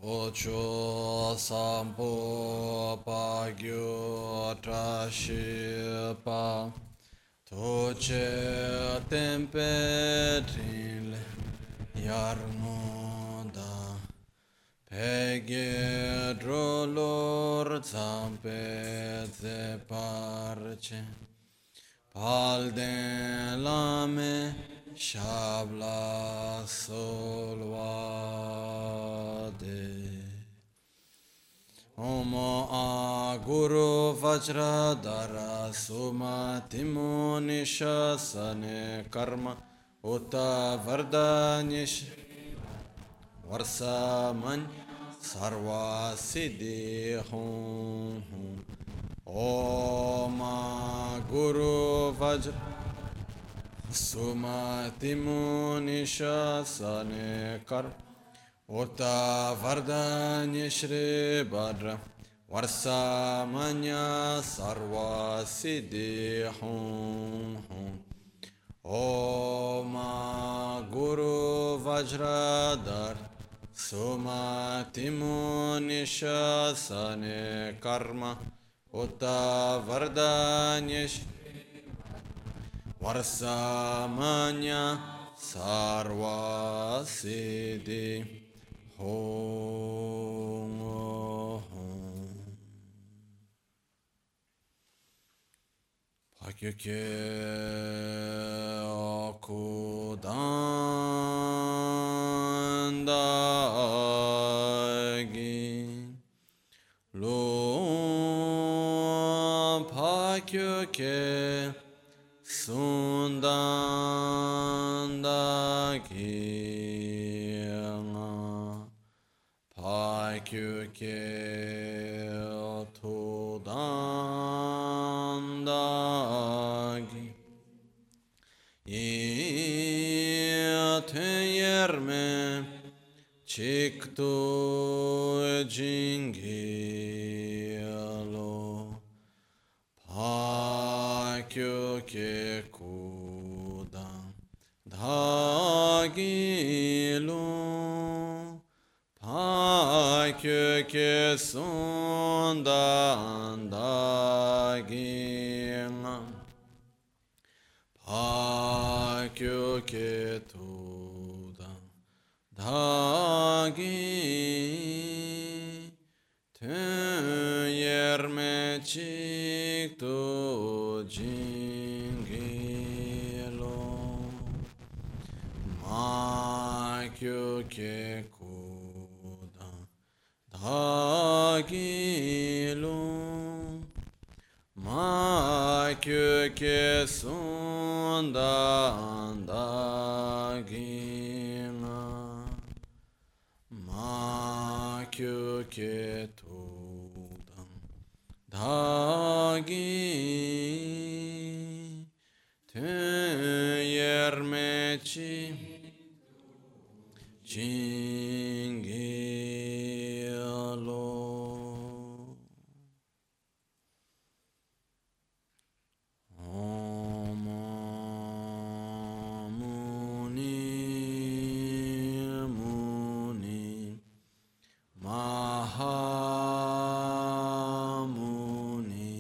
Ocho sampo pagyo trashipa toche tempe trile yarnoda peghe drolor zampe ze parce palden lame shabla solvade Omo a Guru Vajradhara Suma Timo Nishasane Karma Uta Vardanish Varsaman Sarva Siddhi Hum Om a Guru Vajradhara Suma Timo Nishasane Karma Uta Vardanya Shri Bhadra Varsamanya Sarva Siddhi Hum Om Guru Vajradhar Sumatimu Nishasane Karma Uta Vardanya Varsamanya Sarva Siddhi Hum. Pakyake Akudandagi Lo Pakyake Sundandagi Pakyuke Todandagi Yeteyerme Chiktu Jingilo Pakyuke Kudan Dagilo Pakyuke Sundandagina Pakyuke Tudan Dagi Töyerme Chiktu Jingilo Pakyuke Dagilo Makyuke Sundandagina Makyuke Tudan Dagi Töyermechi Jingilo Om Muni Muni Mahamuni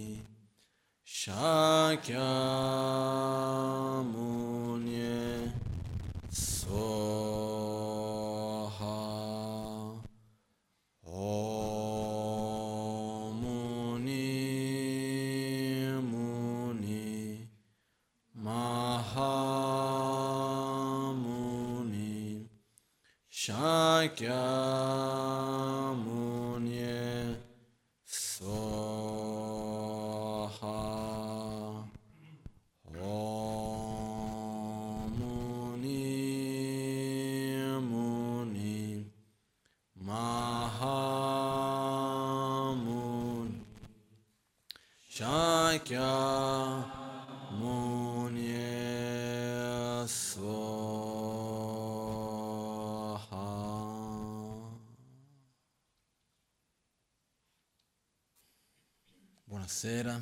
Shakyamuni Soha Om Muni Muni Mahamuni Shakyamuni Soha Om Muni Muni Mahamuni Shakyamuni Swaha. Buonasera.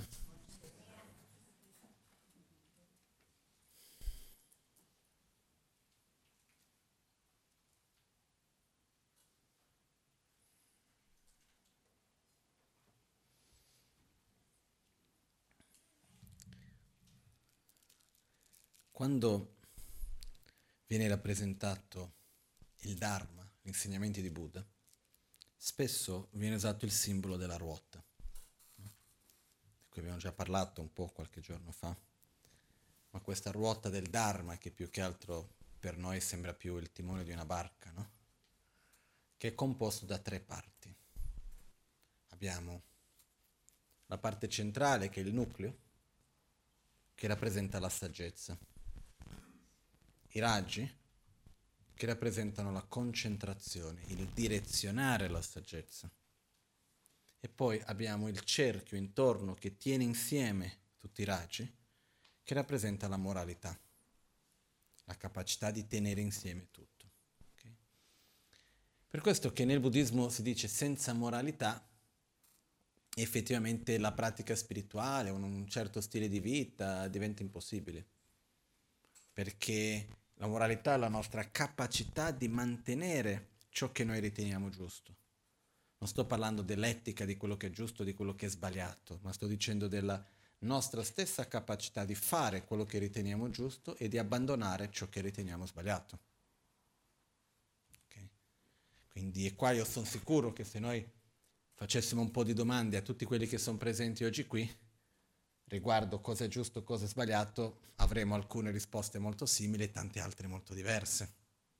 Quando viene rappresentato il Dharma, gli insegnamenti di Buddha, spesso viene usato il simbolo della ruota, no? Di cui abbiamo già parlato un po' qualche giorno fa, ma questa ruota del Dharma, che più che altro per noi sembra più il timone di una barca, no? Che è composto da 3 parti. Abbiamo la parte centrale, che è il nucleo, che rappresenta la saggezza, i raggi, che rappresentano la concentrazione, il direzionare la saggezza. E poi abbiamo il cerchio intorno che tiene insieme tutti i raggi, che rappresenta la moralità, la capacità di tenere insieme tutto. Okay? Per questo che nel buddismo si dice senza moralità, effettivamente la pratica spirituale, un certo stile di vita diventa impossibile, perché la moralità è la nostra capacità di mantenere ciò che noi riteniamo giusto. Non sto parlando dell'etica, di quello che è giusto, di quello che è sbagliato, ma sto dicendo della nostra stessa capacità di fare quello che riteniamo giusto e di abbandonare ciò che riteniamo sbagliato. Okay? Quindi è qua io sono sicuro che se noi facessimo un po' di domande a tutti quelli che sono presenti oggi qui, riguardo cosa è giusto, cosa è sbagliato, avremo alcune risposte molto simili e tante altre molto diverse.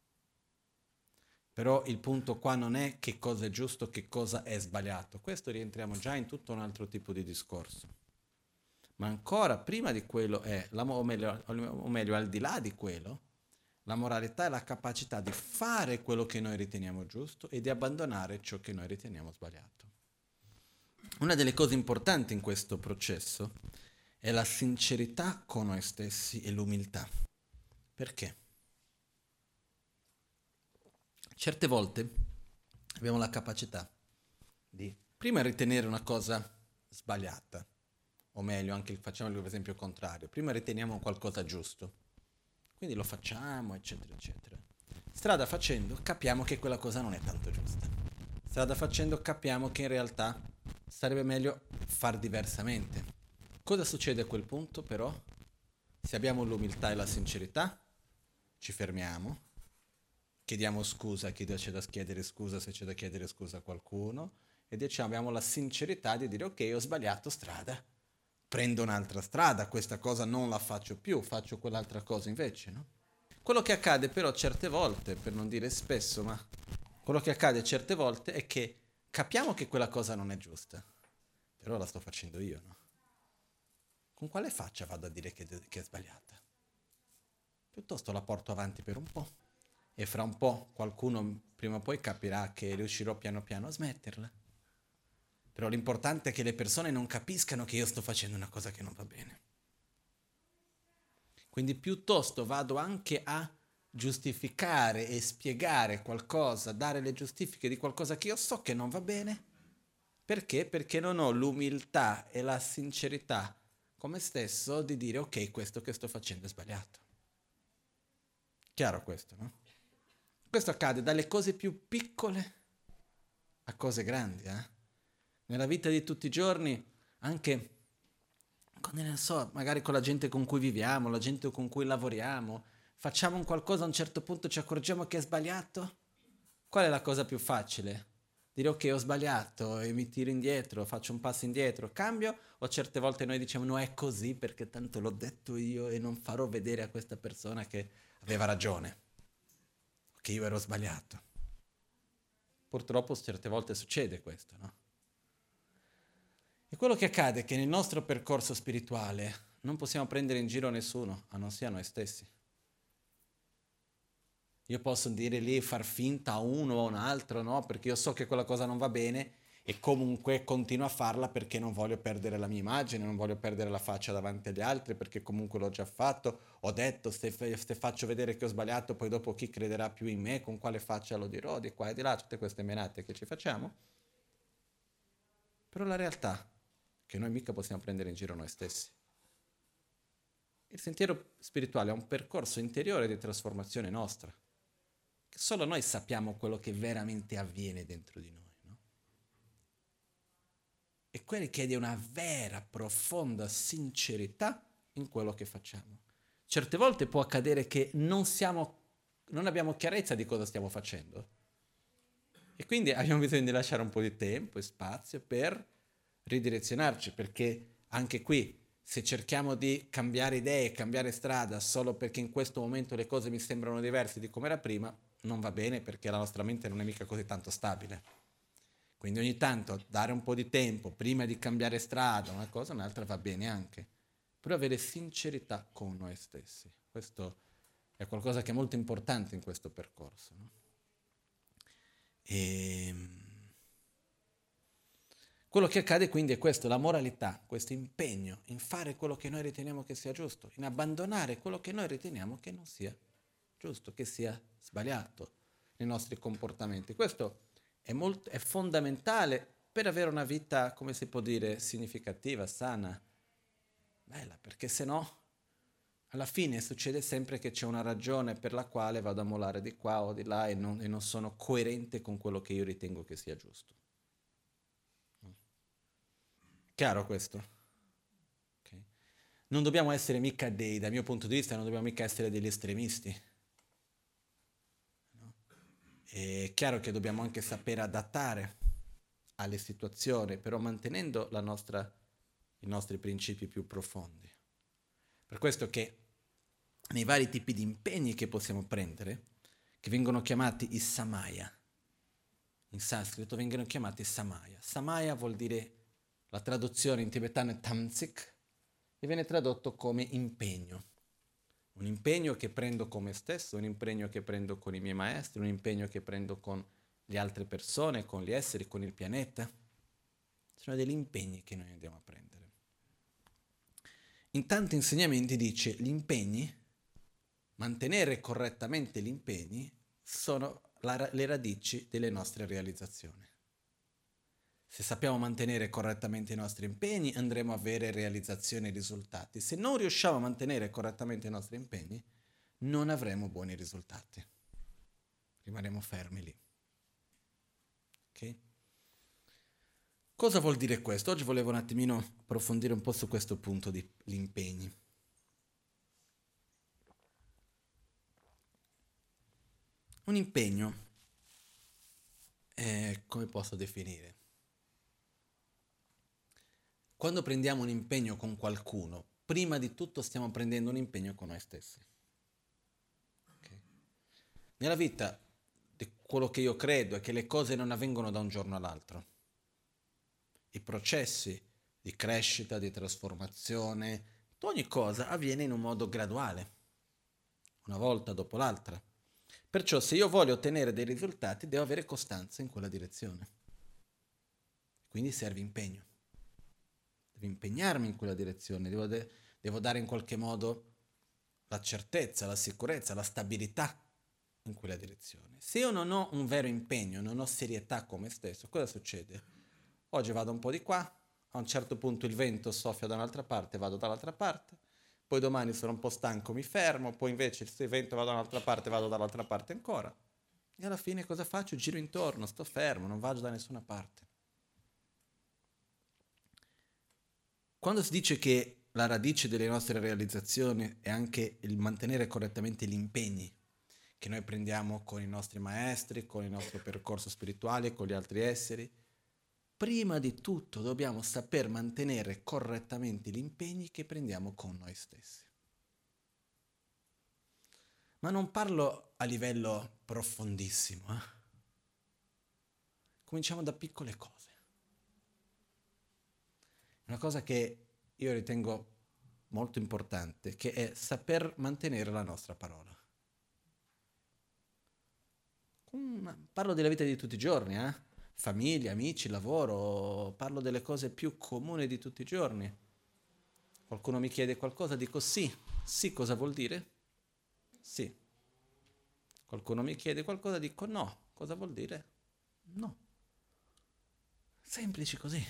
Però il punto qua non è che cosa è giusto, che cosa è sbagliato. Questo rientriamo già in tutto un altro tipo di discorso. Ma ancora prima di quello è, o meglio, al di là di quello, la moralità è la capacità di fare quello che noi riteniamo giusto e di abbandonare ciò che noi riteniamo sbagliato. Una delle cose importanti in questo processo è la sincerità con noi stessi e l'umiltà. Perché? Certe volte abbiamo la capacità di prima ritenere una cosa sbagliata, o meglio, anche facciamo l'esempio contrario, prima riteniamo qualcosa giusto, quindi lo facciamo, eccetera, eccetera. Strada facendo capiamo che quella cosa non è tanto giusta. Strada facendo capiamo che in realtà sarebbe meglio far diversamente. Cosa succede a quel punto però? Se abbiamo l'umiltà e la sincerità, ci fermiamo, chiediamo scusa a chi c'è da chiedere scusa, se c'è da chiedere scusa a qualcuno, e diciamo abbiamo la sincerità di dire ok, ho sbagliato strada, prendo un'altra strada, questa cosa non la faccio più, faccio quell'altra cosa invece, no? Quello che accade però certe volte, per non dire spesso, ma quello che accade certe volte è che capiamo che quella cosa non è giusta, però la sto facendo io, no? Con quale faccia vado a dire che è sbagliata? Piuttosto la porto avanti per un po' e fra un po' qualcuno prima o poi capirà che riuscirò piano piano a smetterla. Però l'importante è che le persone non capiscano che io sto facendo una cosa che non va bene. Quindi piuttosto vado anche a giustificare e spiegare qualcosa, dare le giustifiche di qualcosa che io so che non va bene. Perché? Perché non ho l'umiltà e la sincerità con me stesso di dire ok, questo che sto facendo è sbagliato. Chiaro questo, no? Questo accade dalle cose più piccole a cose grandi, Nella vita di tutti i giorni, anche, ne so, magari con la gente con cui viviamo, la gente con cui lavoriamo, facciamo un qualcosa, a un certo punto ci accorgiamo che è sbagliato. Qual è la cosa più facile? Dire ok, ho sbagliato e mi tiro indietro, faccio un passo indietro, cambio, o certe volte noi diciamo no, è così perché tanto l'ho detto io e non farò vedere a questa persona che aveva ragione, che io ero sbagliato. Purtroppo certe volte succede questo, no? E quello che accade è che nel nostro percorso spirituale non possiamo prendere in giro nessuno, a non sia noi stessi. Io posso dire lì, far finta a uno o a un altro, no? Perché io so che quella cosa non va bene e comunque continuo a farla perché non voglio perdere la mia immagine, non voglio perdere la faccia davanti agli altri perché comunque l'ho già fatto, ho detto se faccio vedere che ho sbagliato poi dopo chi crederà più in me, con quale faccia lo dirò, di qua e di là, tutte queste menate che ci facciamo. Però la realtà è che noi mica possiamo prendere in giro noi stessi. Il sentiero spirituale è un percorso interiore di trasformazione nostra, che solo noi sappiamo quello che veramente avviene dentro di noi, no? E quello chiede una vera, profonda sincerità in quello che facciamo. certe volte può accadere che non abbiamo chiarezza di cosa stiamo facendo e quindi abbiamo bisogno di lasciare un po' di tempo e spazio per ridirezionarci, perché anche qui, se cerchiamo di cambiare idee, cambiare strada solo perché in questo momento le cose mi sembrano diverse di come era prima, non va bene, perché la nostra mente non è mica così tanto stabile. Quindi ogni tanto dare un po' di tempo prima di cambiare strada, una cosa, un'altra va bene anche. Però avere sincerità con noi stessi. Questo è qualcosa che è molto importante in questo percorso. No? E quello che accade quindi è questo, la moralità, questo impegno in fare quello che noi riteniamo che sia giusto, in abbandonare quello che noi riteniamo che non sia giusto, che sia sbagliato nei nostri comportamenti. Questo è fondamentale per avere una vita, come si può dire, significativa, sana, bella, perché se no alla fine succede sempre che c'è una ragione per la quale vado a molare di qua o di là e non sono coerente con quello che io ritengo che sia giusto. Chiaro questo? Okay. Non dobbiamo essere mica dal mio punto di vista, non dobbiamo mica essere degli estremisti. No? È chiaro che dobbiamo anche sapere adattare alle situazioni, però mantenendo i nostri principi più profondi. Per questo che nei vari tipi di impegni che possiamo prendere, che vengono chiamati i samaya, in sanscrito vengono chiamati samaya. Samaya vuol dire, la traduzione in tibetano è tamsik, e viene tradotto come impegno. Un impegno che prendo con me stesso, un impegno che prendo con i miei maestri, un impegno che prendo con le altre persone, con gli esseri, con il pianeta. Sono degli impegni che noi andiamo a prendere. In tanti insegnamenti dice gli impegni, mantenere correttamente gli impegni, sono le radici delle nostre realizzazioni. Se sappiamo mantenere correttamente i nostri impegni, andremo a avere realizzazioni e risultati. Se non riusciamo a mantenere correttamente i nostri impegni, non avremo buoni risultati. Rimarremo fermi lì. Ok? Cosa vuol dire questo? Oggi volevo un attimino approfondire un po' su questo punto degli impegni. Un impegno, come posso definire? Quando prendiamo un impegno con qualcuno, prima di tutto stiamo prendendo un impegno con noi stessi. Okay? Nella vita, quello che io credo è che le cose non avvengono da un giorno all'altro. I processi di crescita, di trasformazione, ogni cosa avviene in un modo graduale, una volta dopo l'altra. Perciò se io voglio ottenere dei risultati, devo avere costanza in quella direzione. Quindi serve impegno. Devo impegnarmi in quella direzione, devo dare in qualche modo la certezza, la sicurezza, la stabilità in quella direzione. Se io non ho un vero impegno, non ho serietà con me stesso, cosa succede? Oggi vado un po' di qua, a un certo punto il vento soffia da un'altra parte, vado dall'altra parte, poi domani sono un po' stanco, mi fermo, poi invece se il vento va da un'altra parte, vado dall'altra parte ancora. E alla fine cosa faccio? Giro intorno, sto fermo, non vado da nessuna parte. Quando si dice che la radice delle nostre realizzazioni è anche il mantenere correttamente gli impegni che noi prendiamo con i nostri maestri, con il nostro percorso spirituale, con gli altri esseri, prima di tutto dobbiamo saper mantenere correttamente gli impegni che prendiamo con noi stessi. Ma non parlo a livello profondissimo. Cominciamo da piccole cose. Una cosa che io ritengo molto importante, che è saper mantenere la nostra parola. Parlo della vita di tutti i giorni, famiglia, amici, lavoro, parlo delle cose più comuni di tutti i giorni. Qualcuno mi chiede qualcosa, dico sì. Sì cosa vuol dire? Sì. Qualcuno mi chiede qualcosa, dico no. Cosa vuol dire? No. Semplici così.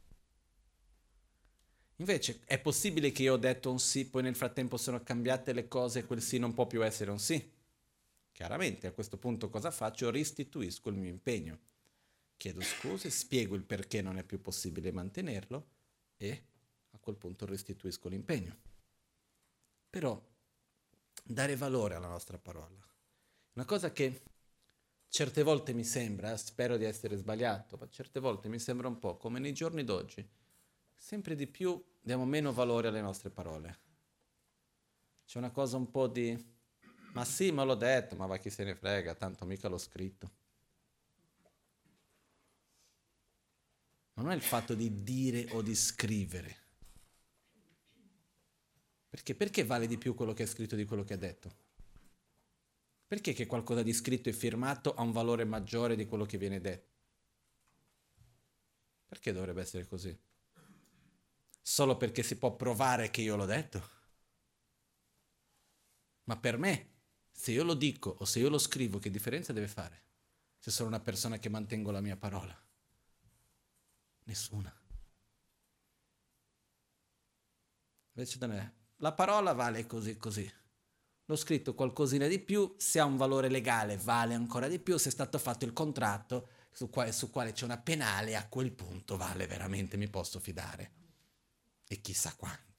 Invece è possibile che io ho detto un sì, poi nel frattempo sono cambiate le cose e quel sì non può più essere un sì? Chiaramente a questo punto cosa faccio? Restituisco il mio impegno. Chiedo scuse, spiego il perché non è più possibile mantenerlo e a quel punto restituisco l'impegno. Però dare valore alla nostra parola. Una cosa che certe volte mi sembra, spero di essere sbagliato, ma certe volte mi sembra un po' come nei giorni d'oggi, sempre di più diamo meno valore alle nostre parole. C'è una cosa un po' di, ma sì, ma l'ho detto, ma va chi se ne frega, tanto mica l'ho scritto. Ma non è il fatto di dire o di scrivere. Perché vale di più quello che è scritto di quello che ha detto? Perché che qualcosa di scritto e firmato ha un valore maggiore di quello che viene detto? Perché dovrebbe essere così? Solo perché si può provare che io l'ho detto? Ma per me, se io lo dico o se io lo scrivo, che differenza deve fare? Se sono una persona che mantengo la mia parola? Nessuna. Invece da me, la parola vale così così. L'ho scritto qualcosina di più, se ha un valore legale vale ancora di più, se è stato fatto il contratto su quale c'è una penale, a quel punto vale veramente, mi posso fidare. E chissà quanto.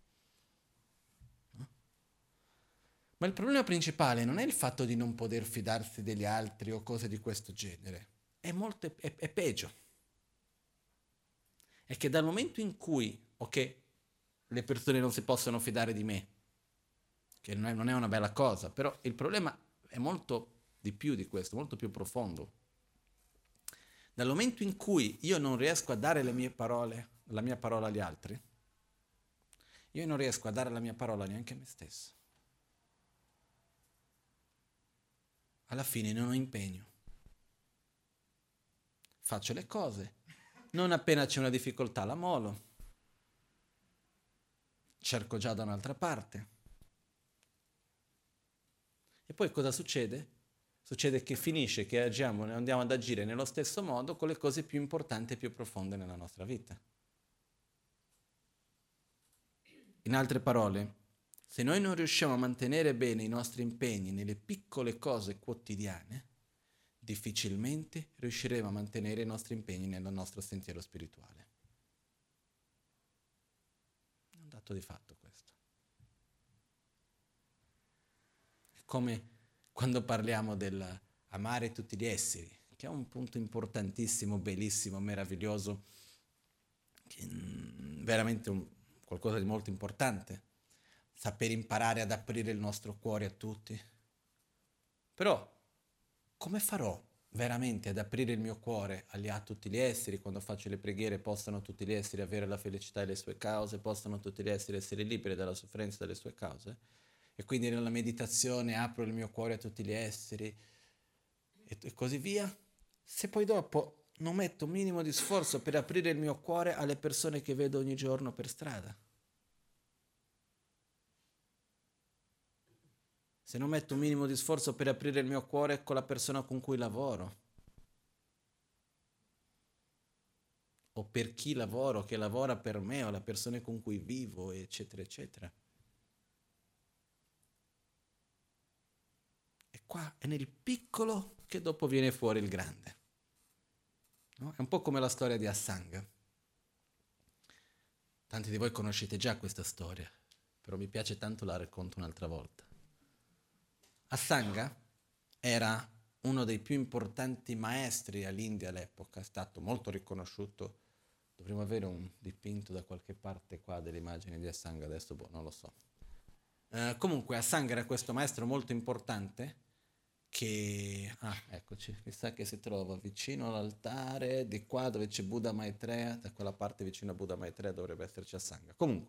No? Ma il problema principale non è il fatto di non poter fidarsi degli altri o cose di questo genere, è peggio. È che dal momento in cui, ok, le persone non si possono fidare di me, che non è una bella cosa, però il problema è molto di più di questo, molto più profondo. Dal momento in cui io non riesco a dare le mie parole, la mia parola agli altri, io non riesco a dare la mia parola neanche a me stesso. Alla fine non ho impegno. Faccio le cose, non appena c'è una difficoltà la molo, cerco già da un'altra parte. E poi cosa succede? Succede che finisce che andiamo ad agire nello stesso modo con le cose più importanti e più profonde nella nostra vita. In altre parole, se noi non riusciamo a mantenere bene i nostri impegni nelle piccole cose quotidiane, difficilmente riusciremo a mantenere i nostri impegni nel nostro sentiero spirituale. È un dato di fatto questo. È come quando parliamo dell'amare tutti gli esseri, che è un punto importantissimo, bellissimo, meraviglioso, che è veramente qualcosa di molto importante. Saper imparare ad aprire il nostro cuore a tutti. Però, come farò veramente ad aprire il mio cuore a tutti gli esseri, quando faccio le preghiere possano tutti gli esseri avere la felicità e le sue cause, possano tutti gli esseri essere liberi dalla sofferenza delle sue cause? E quindi nella meditazione apro il mio cuore a tutti gli esseri e così via. Se poi dopo non metto un minimo di sforzo per aprire il mio cuore alle persone che vedo ogni giorno per strada, se non metto un minimo di sforzo per aprire il mio cuore con la persona con cui lavoro, o per chi lavoro, che lavora per me, o la persona con cui vivo, eccetera, eccetera. E qua è nel piccolo che dopo viene fuori il grande. No? È un po' come la storia di Asanga. Tanti di voi conoscete già questa storia, però mi piace tanto la racconto un'altra volta. Asanga era uno dei più importanti maestri all'India all'epoca, è stato molto riconosciuto. Dovremmo avere un dipinto da qualche parte qua delle immagini di Asanga, adesso non lo so. Comunque Asanga era questo maestro molto importante che, eccoci, mi sa che si trova vicino all'altare, di qua dove c'è Buddha Maitreya, da quella parte vicino a Buddha Maitreya dovrebbe esserci Asanga. Comunque,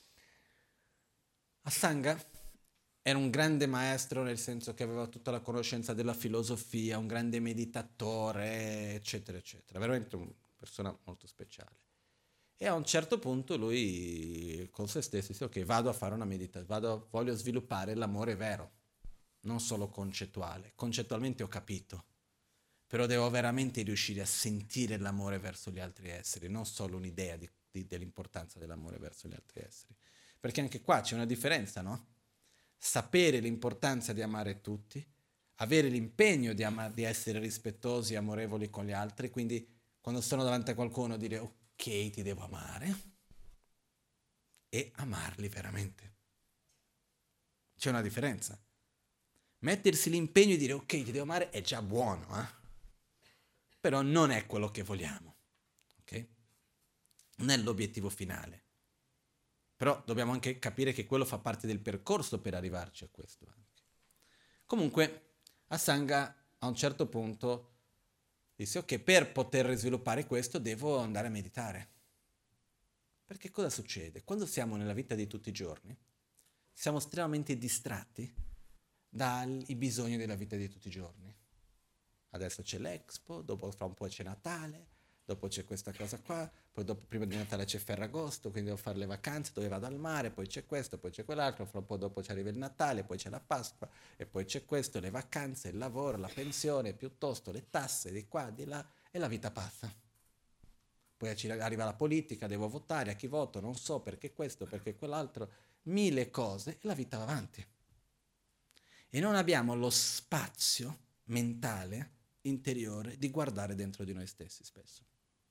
Asanga era un grande maestro nel senso che aveva tutta la conoscenza della filosofia, un grande meditatore, eccetera, eccetera. Veramente una persona molto speciale. E a un certo punto lui con se stesso disse, ok, vado a fare una meditazione, voglio sviluppare l'amore vero, non solo concettuale. Concettualmente ho capito, però devo veramente riuscire a sentire l'amore verso gli altri esseri, non solo un'idea dell'importanza dell'amore verso gli altri esseri. Perché anche qua c'è una differenza, no? Sapere l'importanza di amare tutti, avere l'impegno di essere rispettosi e amorevoli con gli altri, quindi quando sono davanti a qualcuno dire ok, ti devo amare, e amarli veramente. C'è una differenza. Mettersi l'impegno di dire ok, ti devo amare è già buono, però non è quello che vogliamo, ok? Non è l'obiettivo finale. Però dobbiamo anche capire che quello fa parte del percorso per arrivarci a questo. Comunque, Asanga a un certo punto disse ok, per poter sviluppare questo devo andare a meditare. Perché cosa succede? Quando siamo nella vita di tutti i giorni, siamo estremamente distratti dai bisogni della vita di tutti i giorni. Adesso c'è l'Expo, dopo fra un po' c'è Natale, dopo c'è questa cosa qua, poi dopo, prima di Natale c'è Ferragosto, quindi devo fare le vacanze dove vado al mare, poi c'è questo, poi c'è quell'altro, fra un po' dopo ci arriva il Natale, poi c'è la Pasqua, e poi c'è questo, le vacanze, il lavoro, la pensione, piuttosto le tasse di qua, di là, e la vita passa. Poi arriva la politica, devo votare, a chi voto, non so perché questo, perché quell'altro, mille cose, e la vita va avanti. E non abbiamo lo spazio mentale, interiore, di guardare dentro di noi stessi spesso.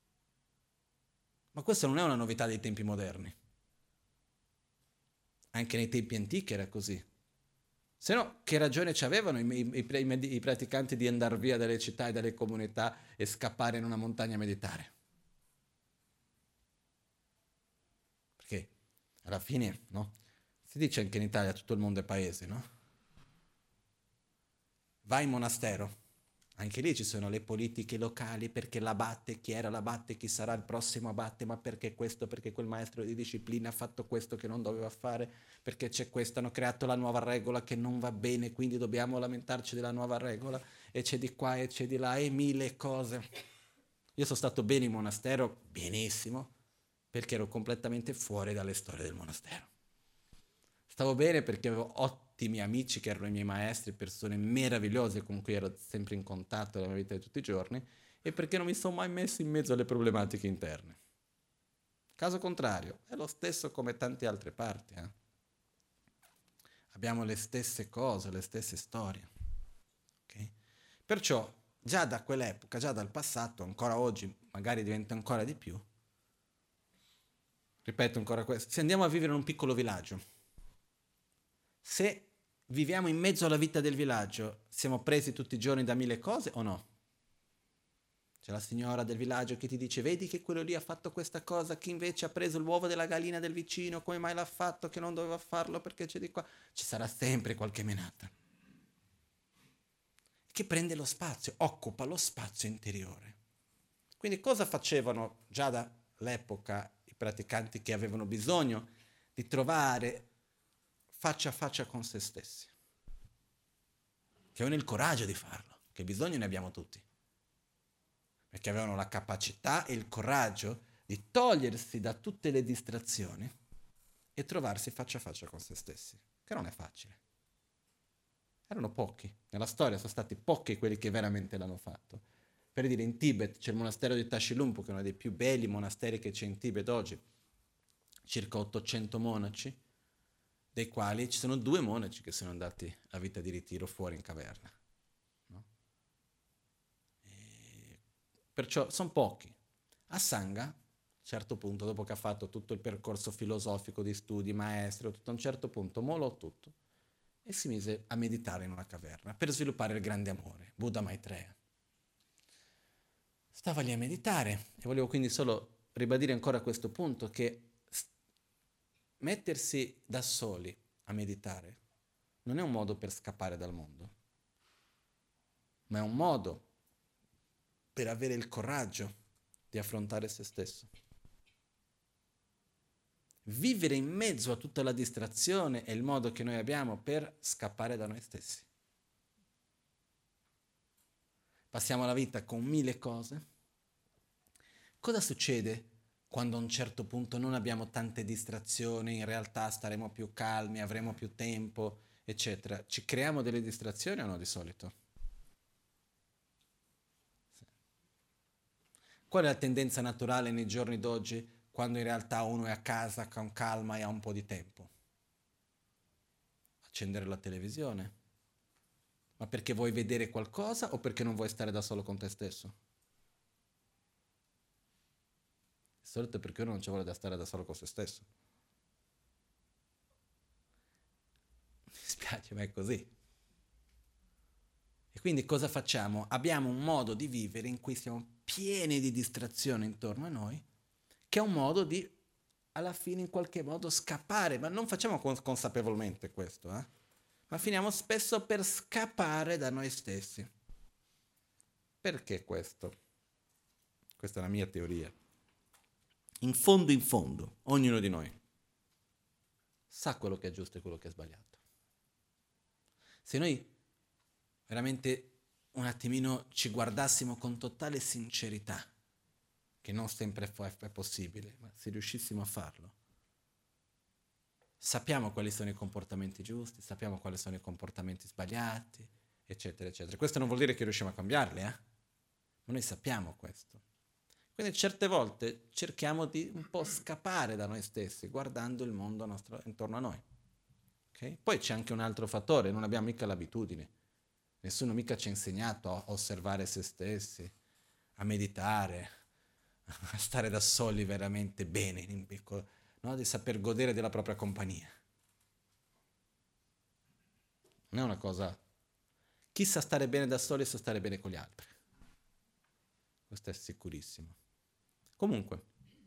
Ma questa non è una novità dei tempi moderni. Anche nei tempi antichi era così. Se no, che ragione ci avevano i praticanti di andare via dalle città e dalle comunità e scappare in una montagna a meditare? Perché alla fine, no? Si dice anche in Italia tutto il mondo è paese, no? Vai in monastero, anche lì ci sono le politiche locali perché l'abate, chi era l'abate, chi sarà il prossimo abate, ma perché questo, perché quel maestro di disciplina ha fatto questo che non doveva fare, perché c'è questo, hanno creato la nuova regola che non va bene, quindi dobbiamo lamentarci della nuova regola, e c'è di qua e c'è di là e mille cose. Io sono stato bene in monastero, benissimo, perché ero completamente fuori dalle storie del monastero. Stavo bene perché avevo ottimi amici che erano i miei maestri, persone meravigliose con cui ero sempre in contatto nella mia vita di tutti i giorni, e perché non mi sono mai messo in mezzo alle problematiche interne. Caso contrario, è lo stesso come tante altre parti. Abbiamo le stesse cose, le stesse storie. Okay? Perciò, già da quell'epoca, già dal passato, ancora oggi, magari diventa ancora di più, ripeto ancora questo, se andiamo a vivere in un piccolo villaggio, se viviamo in mezzo alla vita del villaggio, siamo presi tutti i giorni da mille cose o no? C'è la signora del villaggio che ti dice vedi che quello lì ha fatto questa cosa, che invece ha preso l'uovo della gallina del vicino, come mai l'ha fatto, che non doveva farlo perché c'è di qua. Ci sarà sempre qualche menata che prende lo spazio, occupa lo spazio interiore. Quindi cosa facevano già dall'epoca i praticanti che avevano bisogno di trovare faccia a faccia con se stessi? Che avevano il coraggio di farlo, che bisogno ne abbiamo tutti. Perché avevano la capacità e il coraggio di togliersi da tutte le distrazioni e trovarsi faccia a faccia con se stessi, che non è facile. Erano pochi, nella storia sono stati pochi quelli che veramente l'hanno fatto. Per dire, in Tibet c'è il monastero di Tashilhunpo, che è uno dei più belli monasteri che c'è in Tibet oggi, circa 800 monaci, dei quali ci sono 2 monaci che sono andati a vita di ritiro fuori in caverna. Perciò sono pochi. A Sangha, a un certo punto, dopo che ha fatto tutto il percorso filosofico di studi, maestro, tutto, a un certo punto mollò tutto e si mise a meditare in una caverna per sviluppare il grande amore, Buddha Maitreya. Stava lì a meditare e volevo quindi solo ribadire ancora a questo punto che mettersi da soli a meditare non è un modo per scappare dal mondo, ma è un modo per avere il coraggio di affrontare se stesso. Vivere in mezzo a tutta la distrazione è il modo che noi abbiamo per scappare da noi stessi. Passiamo la vita con mille cose. Cosa succede quando a un certo punto non abbiamo tante distrazioni, in realtà staremo più calmi, avremo più tempo, eccetera? Ci creiamo delle distrazioni o no di solito? Sì. Qual è la tendenza naturale nei giorni d'oggi quando in realtà uno è a casa con calma e ha un po' di tempo? Accendere la televisione. Ma perché vuoi vedere qualcosa o perché non vuoi stare da solo con te stesso? Di solito è perché uno non ci vuole da stare da solo con se stesso. dispiace, ma è così. E quindi cosa facciamo? Abbiamo un modo di vivere in cui siamo pieni di distrazioni intorno a noi, che è un modo di, alla fine, in qualche modo scappare, ma non facciamo consapevolmente questo, ma finiamo spesso per scappare da noi stessi. Perché questo? Questa è la mia teoria. In fondo, ognuno di noi sa quello che è giusto e quello che è sbagliato. Se noi veramente un attimino ci guardassimo con totale sincerità, che non sempre è possibile, ma se riuscissimo a farlo, sappiamo quali sono i comportamenti giusti, sappiamo quali sono i comportamenti sbagliati, eccetera, eccetera. Questo non vuol dire che riusciamo a cambiarli, ma noi sappiamo questo. Quindi certe volte cerchiamo di un po' scappare da noi stessi, guardando il mondo intorno a noi. Okay? Poi c'è anche un altro fattore, non abbiamo mica l'abitudine. Nessuno mica ci ha insegnato a osservare se stessi, a meditare, a stare da soli veramente bene, no? Di saper godere della propria compagnia. Non è una cosa... Chi sa stare bene da soli sa stare bene con gli altri. Questo è sicurissimo. Comunque,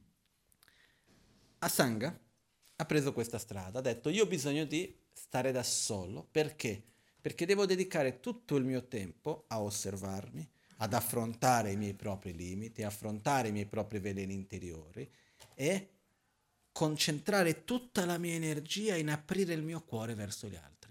Asanga ha preso questa strada, ha detto io ho bisogno di stare da solo, perché? Perché devo dedicare tutto il mio tempo a osservarmi, ad affrontare i miei propri limiti, affrontare i miei propri veleni interiori e concentrare tutta la mia energia in aprire il mio cuore verso gli altri.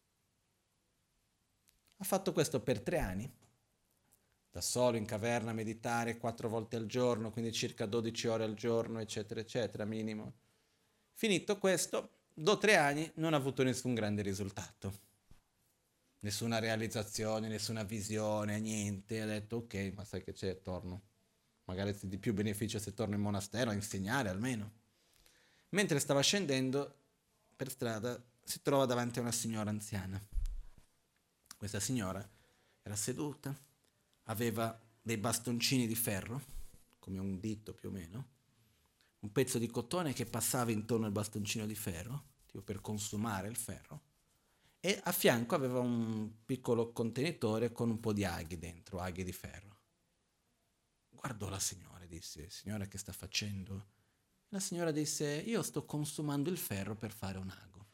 Ha fatto questo per 3 anni, da solo in caverna a meditare 4 volte al giorno, quindi circa 12 ore al giorno, eccetera, eccetera, minimo. Finito questo, dopo 3 anni non ha avuto nessun grande risultato. Nessuna realizzazione, nessuna visione, niente. Ha detto ok, ma sai che c'è, torno. Magari di più beneficio se torno in monastero a insegnare almeno. Mentre stava scendendo per strada si trova davanti a una signora anziana. Questa signora era seduta, aveva dei bastoncini di ferro, come un dito più o meno, un pezzo di cotone che passava intorno al bastoncino di ferro, tipo per consumare il ferro, e a fianco aveva un piccolo contenitore con un po' di aghi dentro, aghi di ferro. Guardò la signora e disse, signora che sta facendo? La signora disse, io sto consumando il ferro per fare un ago.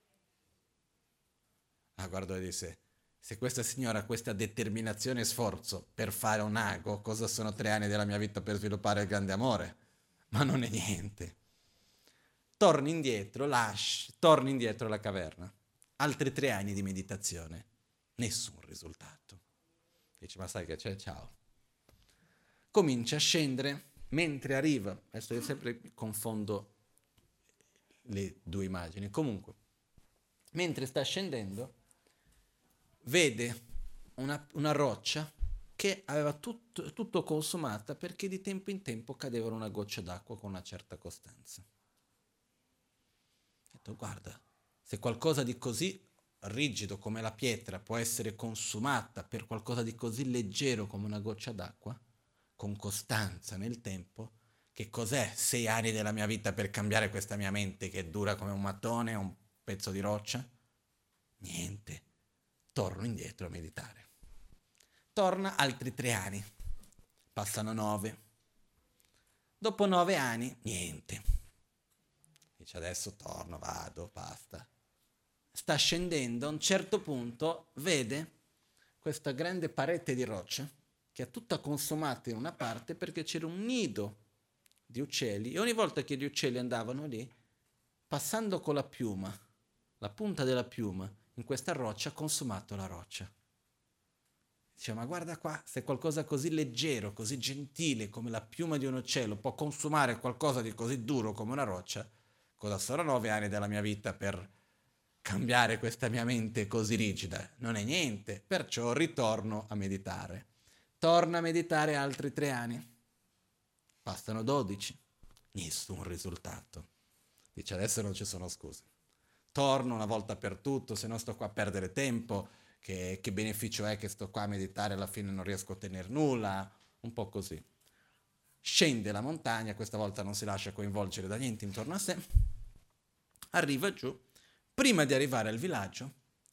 Guardò e disse, se questa signora ha questa determinazione e sforzo per fare un ago, cosa sono 3 anni della mia vita per sviluppare il grande amore? Ma non è niente. Torni indietro alla caverna. Altri 3 anni di meditazione. Nessun risultato. Dice, ma sai che c'è? Ciao. Comincia a scendere mentre arriva. Adesso io sempre confondo le 2 immagini. Comunque, mentre sta scendendo, vede una roccia che aveva tutto consumata perché di tempo in tempo cadeva una goccia d'acqua con una certa costanza. Ha detto, guarda, se qualcosa di così rigido come la pietra può essere consumata per qualcosa di così leggero come una goccia d'acqua, con costanza nel tempo, che cos'è 6 anni della mia vita per cambiare questa mia mente che è dura come un mattone o un pezzo di roccia? Niente. Torno indietro a meditare. Torna altri 3 anni. Passano 9. Dopo 9 anni, niente. Dice adesso torno, vado, basta. Sta scendendo, a un certo punto vede questa grande parete di roccia che è tutta consumata in una parte perché c'era un nido di uccelli e ogni volta che gli uccelli andavano lì, passando con la piuma, la punta della piuma, in questa roccia ha consumato la roccia. Dice, ma guarda qua, se qualcosa così leggero, così gentile come la piuma di un uccello può consumare qualcosa di così duro come una roccia, cosa sono 9 anni della mia vita per cambiare questa mia mente così rigida? Non è niente, perciò ritorno a meditare. Torna a meditare altri 3 anni. Passano 12. Nessun risultato. Dice, adesso non ci sono scuse. Torno una volta per tutto, se no sto qua a perdere tempo, che beneficio è che sto qua a meditare, alla fine non riesco a ottenere nulla, un po' così. Scende la montagna, questa volta non si lascia coinvolgere da niente intorno a sé, arriva giù, prima di arrivare al villaggio,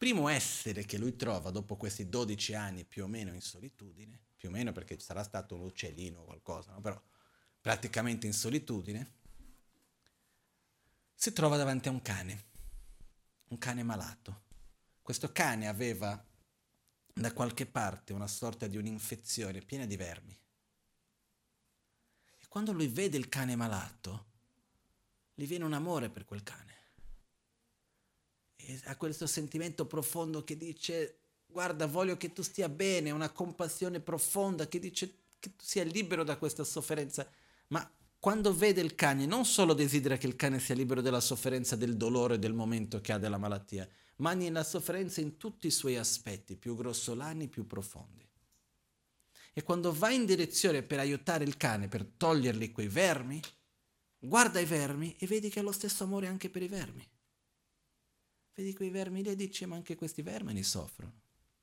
primo essere che lui trova dopo questi 12 anni più o meno in solitudine, più o meno perché ci sarà stato un uccellino o qualcosa, no? Però praticamente in solitudine, si trova davanti a un cane malato. Questo cane aveva da qualche parte una sorta di un'infezione piena di vermi. E quando lui vede il cane malato, gli viene un amore per quel cane. E ha questo sentimento profondo che dice: guarda, voglio che tu stia bene, una compassione profonda che dice che tu sia libero da questa sofferenza. Ma quando vede il cane non solo desidera che il cane sia libero dalla sofferenza, del dolore del momento che ha della malattia, ma nella sofferenza in tutti i suoi aspetti, più grossolani, più profondi. E quando va in direzione per aiutare il cane, per togliergli quei vermi, guarda i vermi e vedi che ha lo stesso amore anche per i vermi. Vedi quei vermi lì e dici: ma anche questi vermi soffrono.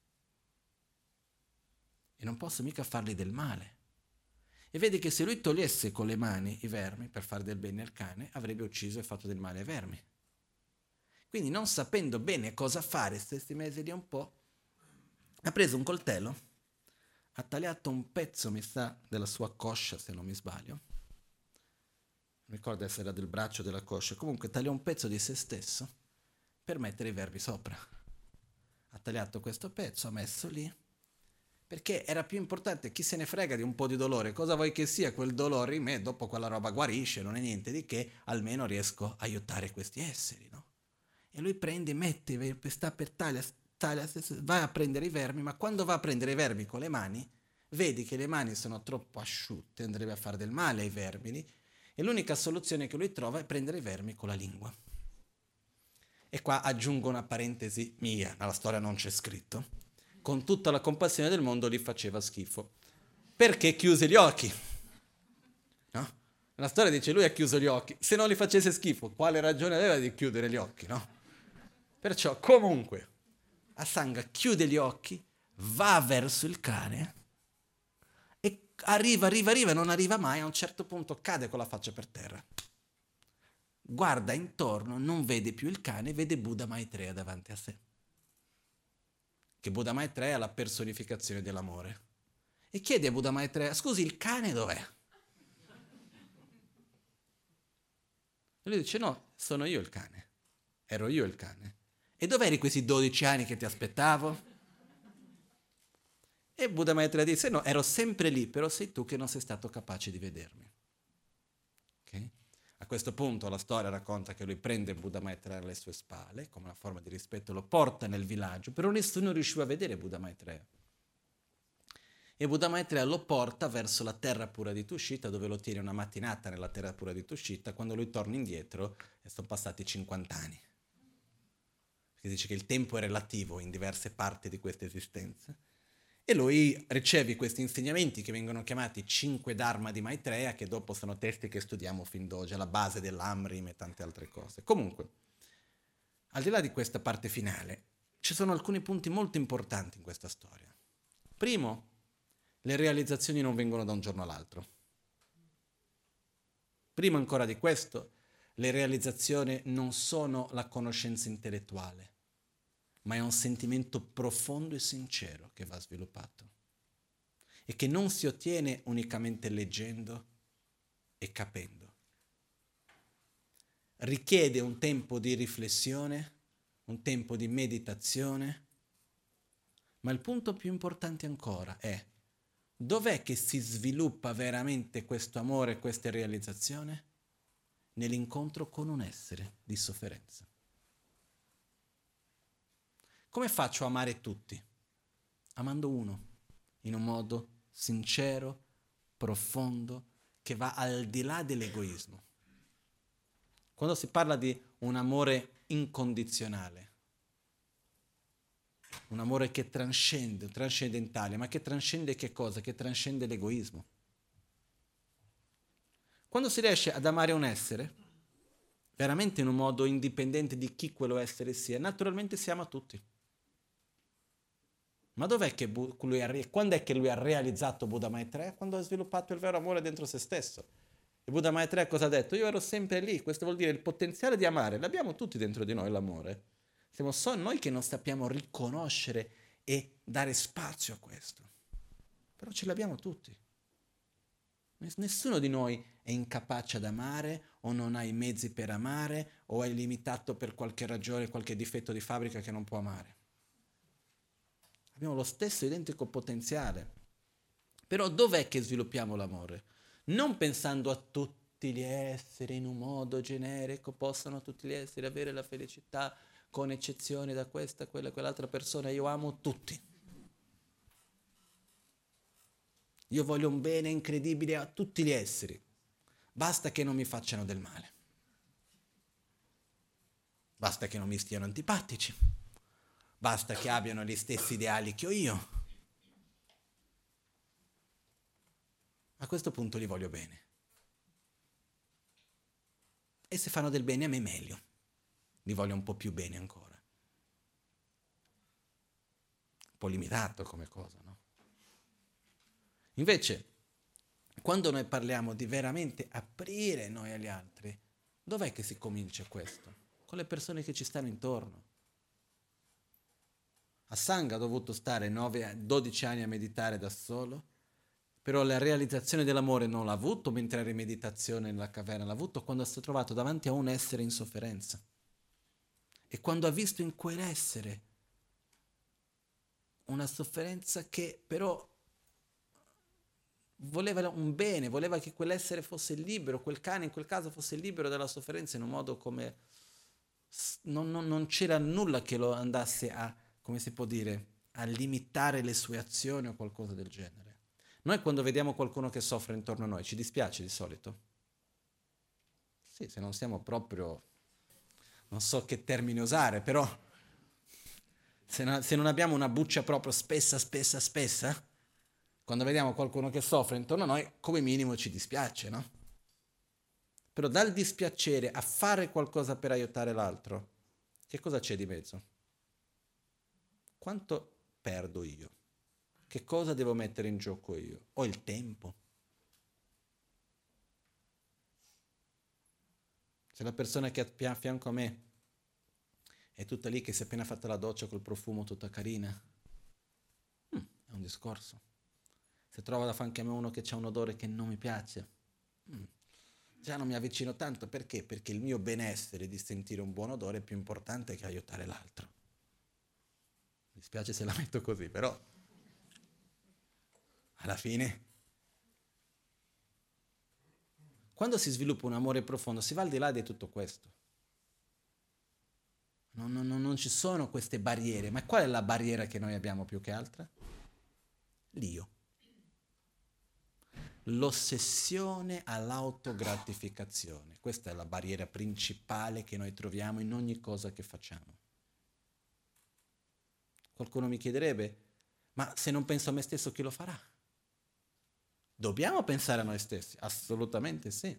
E non posso mica fargli del male. E vedi che se lui togliesse con le mani i vermi per fare del bene al cane, avrebbe ucciso e fatto del male ai vermi. Quindi, non sapendo bene cosa fare, stessi mesi lì un po', ha preso un coltello, ha tagliato un pezzo, mi sa, della sua coscia, se non mi sbaglio. Mi ricordo essere del braccio della coscia. Comunque tagliò un pezzo di se stesso per mettere i vermi sopra. Ha tagliato questo pezzo, ha messo lì, perché era più importante, chi se ne frega di un po' di dolore, cosa vuoi che sia quel dolore in me, dopo quella roba guarisce, non è niente di che, almeno riesco a aiutare questi esseri, no? E lui prende, mette, sta per taglia, va a prendere i vermi, ma quando va a prendere i vermi con le mani, vedi che le mani sono troppo asciutte, andrebbe a fare del male ai vermi, e l'unica soluzione che lui trova è prendere i vermi con la lingua. E qua aggiungo una parentesi mia, nella storia non c'è scritto. Con tutta la compassione del mondo gli faceva schifo. Perché chiuse gli occhi? No? La storia dice: lui ha chiuso gli occhi. Se non gli facesse schifo, quale ragione aveva di chiudere gli occhi, no? Perciò, comunque, Asanga chiude gli occhi, va verso il cane e arriva, non arriva mai, a un certo punto cade con la faccia per terra. Guarda intorno, non vede più il cane, vede Buddha Maitreya davanti a sé. Che Buddha Maitreya è la personificazione dell'amore. E chiede a Buddha Maitreya: scusi, il cane dov'è? E lui dice: no, sono io il cane. Ero io il cane. E dov'eri questi 12 anni che ti aspettavo? E Buddha Maitreya dice: no, ero sempre lì, però sei tu che non sei stato capace di vedermi. Ok? A questo punto la storia racconta che lui prende Buddha Maitreya alle sue spalle, come una forma di rispetto, lo porta nel villaggio, però nessuno riusciva a vedere Buddha Maitreya. E Buddha Maitreya lo porta verso la terra pura di Tushita, dove lo tiene una mattinata nella terra pura di Tushita. Quando lui torna indietro, e sono passati 50 anni. Perché dice che il tempo è relativo in diverse parti di questa esistenza. E lui riceve questi insegnamenti che vengono chiamati 5 Dharma di Maitreya, che dopo sono testi che studiamo fin d'oggi, alla base dell'Amrim e tante altre cose. Comunque, al di là di questa parte finale, ci sono alcuni punti molto importanti in questa storia. Primo, le realizzazioni non vengono da un giorno all'altro. Prima ancora di questo, le realizzazioni non sono la conoscenza intellettuale, ma è un sentimento profondo e sincero che va sviluppato e che non si ottiene unicamente leggendo e capendo. Richiede un tempo di riflessione, un tempo di meditazione, ma il punto più importante ancora è: dov'è che si sviluppa veramente questo amore, questa realizzazione? Nell'incontro con un essere di sofferenza. Come faccio a amare tutti? Amando uno, in un modo sincero, profondo, che va al di là dell'egoismo. Quando si parla di un amore incondizionale, un amore che trascende, trascendentale, ma che trascende che cosa? Che trascende l'egoismo. Quando si riesce ad amare un essere, veramente in un modo indipendente di chi quello essere sia, naturalmente si ama tutti. Ma dov'è che quando è che lui ha realizzato Buddha Maitreya? Quando ha sviluppato il vero amore dentro se stesso. E Buddha Maitreya cosa ha detto? Io ero sempre lì, questo vuol dire il potenziale di amare, l'abbiamo tutti dentro di noi l'amore, Siamo solo noi che non sappiamo riconoscere e dare spazio a questo. Però ce l'abbiamo tutti. Nessuno di noi è incapace ad amare o non ha i mezzi per amare o è limitato per qualche ragione, qualche difetto di fabbrica che non può amare. Abbiamo lo stesso identico potenziale. Però dov'è che sviluppiamo l'amore? Non pensando a tutti gli esseri in un modo generico, possano tutti gli esseri avere la felicità con eccezione da questa, quella, quell'altra persona. Io amo tutti. Io voglio un bene incredibile a tutti gli esseri. Basta che non mi facciano del male. Basta che non mi stiano antipatici. Basta che abbiano gli stessi ideali che ho io. A questo punto li voglio bene. E se fanno del bene a me meglio. Li voglio un po' più bene ancora. Un po' limitato come cosa, no? Invece, quando noi parliamo di veramente aprire noi agli altri, dov'è che si comincia questo? Con le persone che ci stanno intorno. Asanga ha dovuto stare 12 anni a meditare da solo, però la realizzazione dell'amore non l'ha avuto mentre era in meditazione nella caverna, l'ha avuto quando si è trovato davanti a un essere in sofferenza. E quando ha visto in quell'essere una sofferenza che però voleva un bene, voleva che quell'essere fosse libero, quel cane in quel caso fosse libero dalla sofferenza in un modo come non c'era nulla che lo andasse a, come si può dire, a limitare le sue azioni o qualcosa del genere. Noi quando vediamo qualcuno che soffre intorno a noi, ci dispiace di solito? Sì, se non siamo proprio, non so che termine usare, però se non abbiamo una buccia proprio spessa, quando vediamo qualcuno che soffre intorno a noi, come minimo ci dispiace, no? Però dal dispiacere a fare qualcosa per aiutare l'altro, che cosa c'è di mezzo? Quanto perdo io? Che cosa devo mettere in gioco io? Ho il tempo. Se la persona che è a fianco a me è tutta lì che si è appena fatta la doccia col profumo tutta carina, è un discorso. Se trovo da fianco a me uno che ha un odore che non mi piace, già non mi avvicino tanto. Perché? Perché il mio benessere di sentire un buon odore è più importante che aiutare l'altro. Mi spiace se la metto così, però alla fine, quando si sviluppa un amore profondo, si va al di là di tutto questo. Non ci sono queste barriere. Ma qual è la barriera che noi abbiamo più che altra? L'io. L'ossessione all'autogratificazione. Questa è la barriera principale che noi troviamo in ogni cosa che facciamo. Qualcuno mi chiederebbe, ma se non penso a me stesso chi lo farà? Dobbiamo pensare a noi stessi? Assolutamente sì.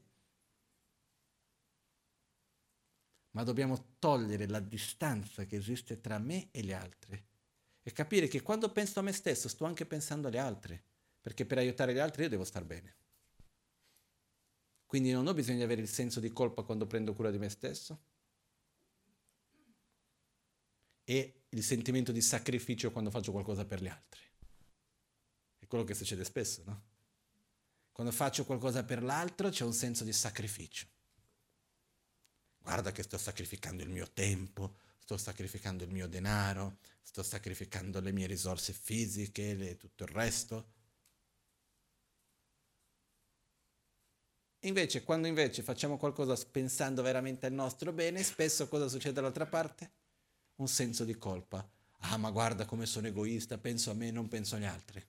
Ma dobbiamo togliere la distanza che esiste tra me e gli altri e capire che quando penso a me stesso sto anche pensando agli altri, perché per aiutare gli altri io devo star bene. Quindi non ho bisogno di avere il senso di colpa quando prendo cura di me stesso e il sentimento di sacrificio quando faccio qualcosa per gli altri. È quello che succede spesso, no? Quando faccio qualcosa per l'altro c'è un senso di sacrificio. Guarda che sto sacrificando il mio tempo, sto sacrificando il mio denaro, sto sacrificando le mie risorse fisiche, tutto il resto. Invece, quando invece facciamo qualcosa pensando veramente al nostro bene, spesso cosa succede dall'altra parte? Un senso di colpa. Ah, ma guarda come sono egoista, penso a me, non penso agli altri.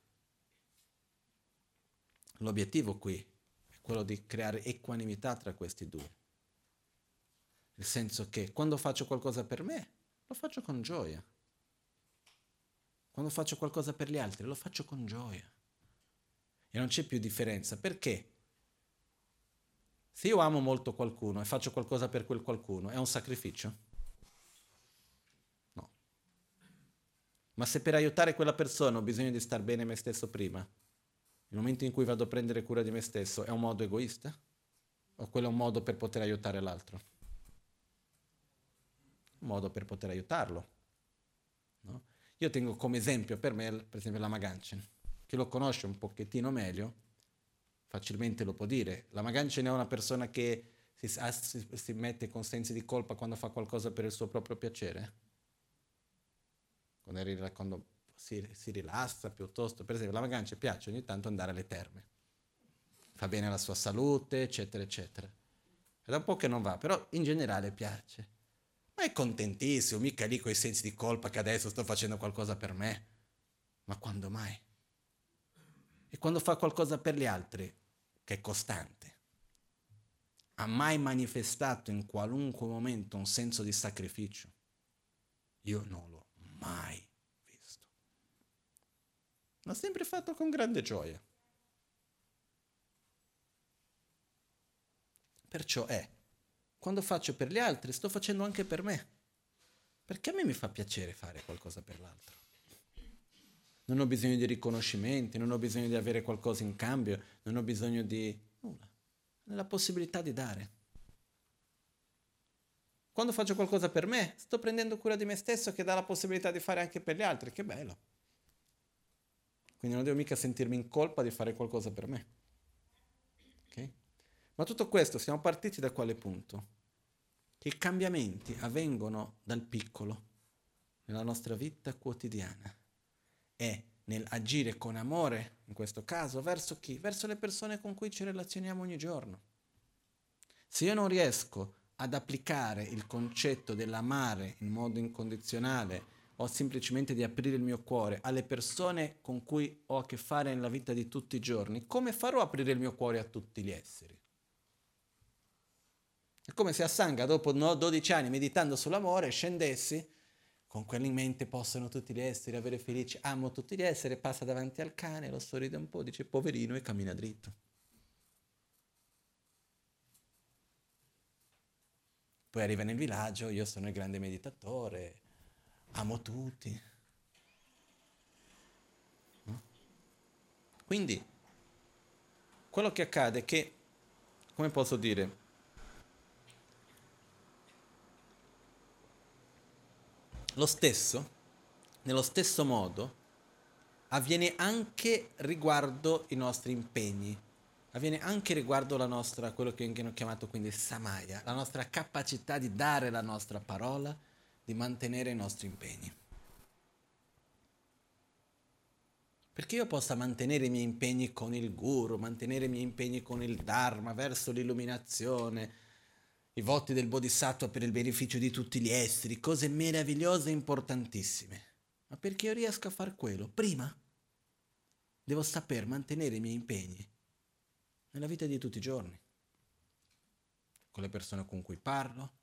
L'obiettivo qui è quello di creare equanimità tra questi due. Nel senso che quando faccio qualcosa per me, lo faccio con gioia. Quando faccio qualcosa per gli altri, lo faccio con gioia. E non c'è più differenza. Perché? Se io amo molto qualcuno e faccio qualcosa per quel qualcuno, è un sacrificio? No. Ma se per aiutare quella persona ho bisogno di star bene me stesso prima, il momento in cui vado a prendere cura di me stesso è un modo egoista? O quello è un modo per poter aiutare l'altro? un modo per poter aiutarlo. No? Io tengo come esempio per me, per esempio, la Maganchen. Chi lo conosce un pochettino meglio, facilmente lo può dire. La Maganchen è una persona che si mette con sensi di colpa quando fa qualcosa per il suo proprio piacere. Quando si rilassa piuttosto. Per esempio, la Maganchen piace ogni tanto andare alle terme. Fa bene alla sua salute, eccetera, eccetera. È da un po' che non va, però in generale piace. Ma è contentissimo, mica lì coi sensi di colpa che adesso sto facendo qualcosa per me. Ma quando mai? E quando fa qualcosa per gli altri, che è costante, ha mai manifestato in qualunque momento un senso di sacrificio? Io non l'ho mai visto. L'ha sempre fatto con grande gioia. Perciò quando faccio per gli altri, sto facendo anche per me. Perché a me mi fa piacere fare qualcosa per l'altro. Non ho bisogno di riconoscimenti, non ho bisogno di avere qualcosa in cambio, non ho bisogno di nulla. La possibilità di dare. Quando faccio qualcosa per me, sto prendendo cura di me stesso che dà la possibilità di fare anche per gli altri. Che bello. Quindi non devo mica sentirmi in colpa di fare qualcosa per me. Ok? Ma tutto questo siamo partiti da quale punto? Che i cambiamenti avvengono dal piccolo, nella nostra vita quotidiana, e nell'agire con amore, in questo caso, verso chi? Verso le persone con cui ci relazioniamo ogni giorno. Se io non riesco ad applicare il concetto dell'amare in modo incondizionale o semplicemente di aprire il mio cuore alle persone con cui ho a che fare nella vita di tutti i giorni, come farò a aprire il mio cuore a tutti gli esseri? È come se a Sangha, dopo 12 anni meditando sull'amore, scendessi, con quello in mente possono tutti gli esseri avere felici, amo tutti gli esseri, passa davanti al cane, lo sorride un po', dice poverino e cammina dritto. Poi arriva nel villaggio, io sono il grande meditatore, amo tutti. No? Quindi, quello che accade è che, come posso dire, lo stesso, nello stesso modo, avviene anche riguardo i nostri impegni, avviene anche riguardo la nostra, quello che hanno chiamato quindi samaya, la nostra capacità di dare la nostra parola, di mantenere i nostri impegni. Perché io possa mantenere i miei impegni con il guru, mantenere i miei impegni con il dharma, verso l'illuminazione, i voti del bodhisattva per il beneficio di tutti gli esseri, cose meravigliose e importantissime. Ma perché io riesco a far quello? Prima devo saper mantenere i miei impegni nella vita di tutti i giorni, con le persone con cui parlo,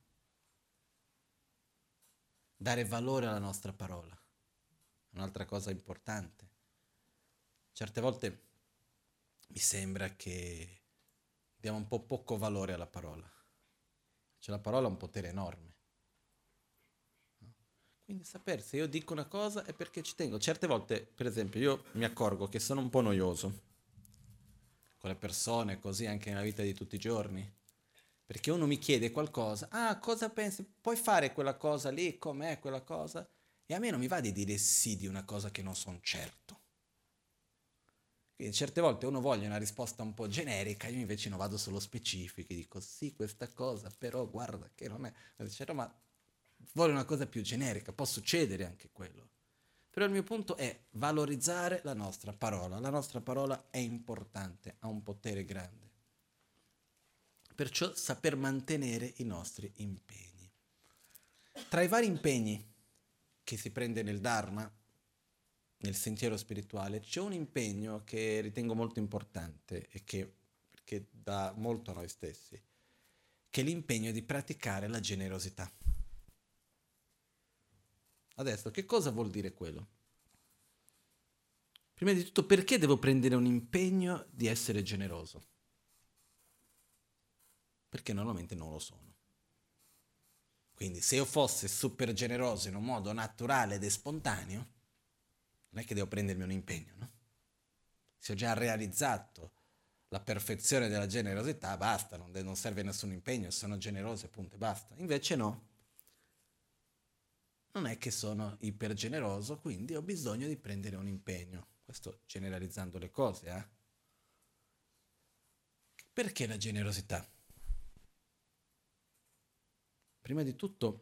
dare valore alla nostra parola, un'altra cosa importante. Certe volte mi sembra che diamo un po' poco valore alla parola. Cioè la parola ha un potere enorme. No? Quindi sapere se io dico una cosa è perché ci tengo. Certe volte, per esempio, io mi accorgo che sono un po' noioso con le persone, così anche nella vita di tutti i giorni. Perché uno mi chiede qualcosa, cosa pensi? Puoi fare quella cosa lì? Com'è quella cosa? E a me non mi va di dire sì di una cosa che non sono certo. Quindi certe volte uno voglia una risposta un po' generica, io invece non vado solo specifico, dico sì questa cosa, però guarda che non è, ma vuole una cosa più generica, può succedere anche quello. Però il mio punto è valorizzare la nostra parola è importante, ha un potere grande. Perciò saper mantenere i nostri impegni. Tra i vari impegni che si prende nel Dharma, nel sentiero spirituale, c'è un impegno che ritengo molto importante e che dà molto a noi stessi, che è l'impegno di praticare la generosità. Adesso, che cosa vuol dire quello? Prima di tutto, perché devo prendere un impegno di essere generoso? Perché normalmente non lo sono. Quindi se io fossi super generoso in un modo naturale ed spontaneo, non è che devo prendermi un impegno, no? Se ho già realizzato la perfezione della generosità, basta, non serve nessun impegno, sono generoso e punto e basta. Invece no. non è che sono ipergeneroso, quindi ho bisogno di prendere un impegno. Questo generalizzando le cose, eh? Perché la generosità? Prima di tutto,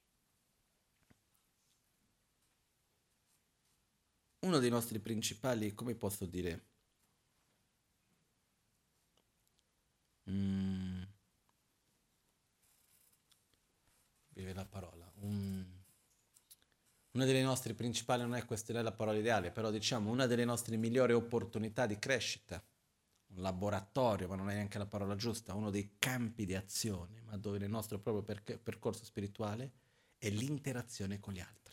uno dei nostri principali, come posso dire, mm, vive la parola, una delle nostre principali, non è questa non è la parola ideale, però diciamo una delle nostre migliori opportunità di crescita, un laboratorio, ma non è neanche la parola giusta, uno dei campi di azione, ma dove nel nostro proprio percorso spirituale è l'interazione con gli altri.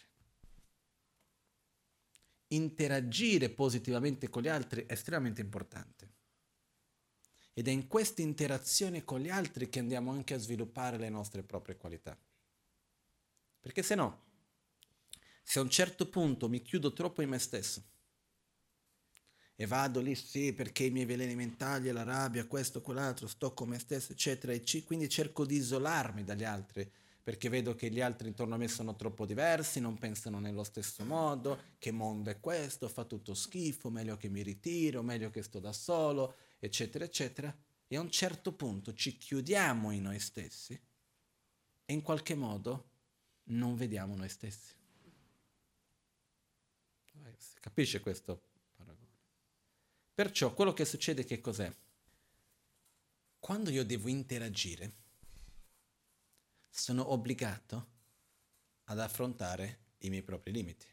Interagire positivamente con gli altri è estremamente importante. Ed è in questa interazione con gli altri che andiamo anche a sviluppare le nostre proprie qualità. Perché se no, se a un certo punto mi chiudo troppo in me stesso e vado lì, sì, perché i miei veleni mentali, la rabbia, questo, quell'altro, sto con me stesso, eccetera, e quindi cerco di isolarmi dagli altri, perché vedo che gli altri intorno a me sono troppo diversi, non pensano nello stesso modo, che mondo è questo, fa tutto schifo, meglio che mi ritiro, meglio che sto da solo, eccetera, eccetera. E a un certo punto ci chiudiamo in noi stessi e in qualche modo non vediamo noi stessi. Capisce questo paragone? Perciò quello che succede che cos'è? Quando io devo interagire, sono obbligato ad affrontare i miei propri limiti.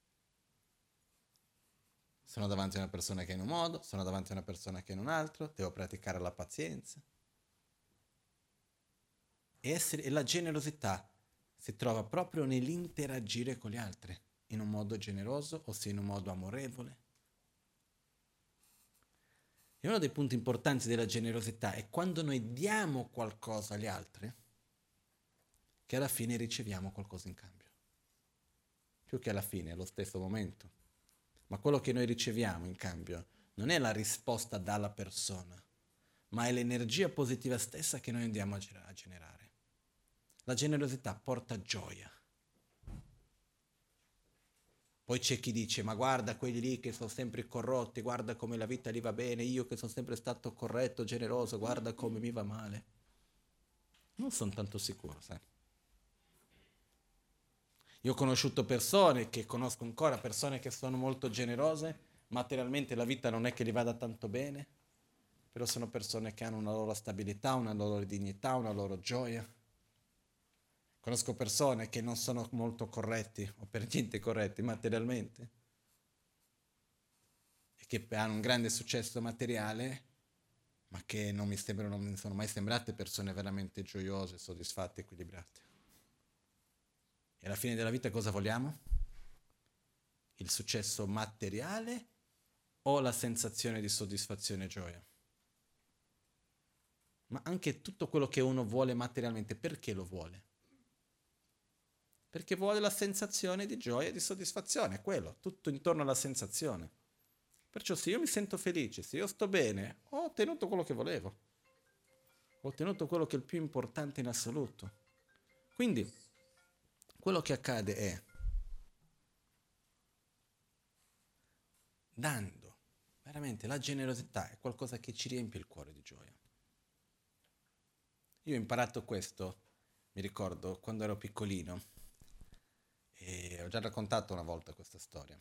Sono davanti a una persona che è in un modo, sono davanti a una persona che è in un altro, devo praticare la pazienza. E la generosità si trova proprio nell'interagire con gli altri, in un modo generoso o se in un modo amorevole. E uno dei punti importanti della generosità è quando noi diamo qualcosa agli altri, che alla fine riceviamo qualcosa in cambio. Più che alla fine, è lo stesso momento. Ma quello che noi riceviamo in cambio non è la risposta dalla persona, ma è l'energia positiva stessa che noi andiamo a generare. La generosità porta gioia. Poi c'è chi dice, ma guarda quelli lì che sono sempre corrotti, guarda come la vita gli va bene, io che sono sempre stato corretto, generoso, guarda come mi va male. Non sono tanto sicuro, sai. Io ho conosciuto persone, che conosco ancora, persone che sono molto generose, materialmente la vita non è che gli vada tanto bene, però sono persone che hanno una loro stabilità, una loro dignità, una loro gioia. Conosco persone che non sono molto corretti o per niente corretti materialmente e che hanno un grande successo materiale, ma che non mi sono mai sembrate persone veramente gioiose, soddisfatte, equilibrate. E alla fine della vita cosa vogliamo? Il successo materiale o la sensazione di soddisfazione e gioia? Ma anche tutto quello che uno vuole materialmente, perché lo vuole? Perché vuole la sensazione di gioia e di soddisfazione, è quello, tutto intorno alla sensazione. Perciò se io mi sento felice, se io sto bene, ho ottenuto quello che volevo. Ho ottenuto quello che è il più importante in assoluto. Quindi, quello che accade è, dando, veramente la generosità è qualcosa che ci riempie il cuore di gioia. Io ho imparato questo, mi ricordo, quando ero piccolino, e ho già raccontato una volta questa storia.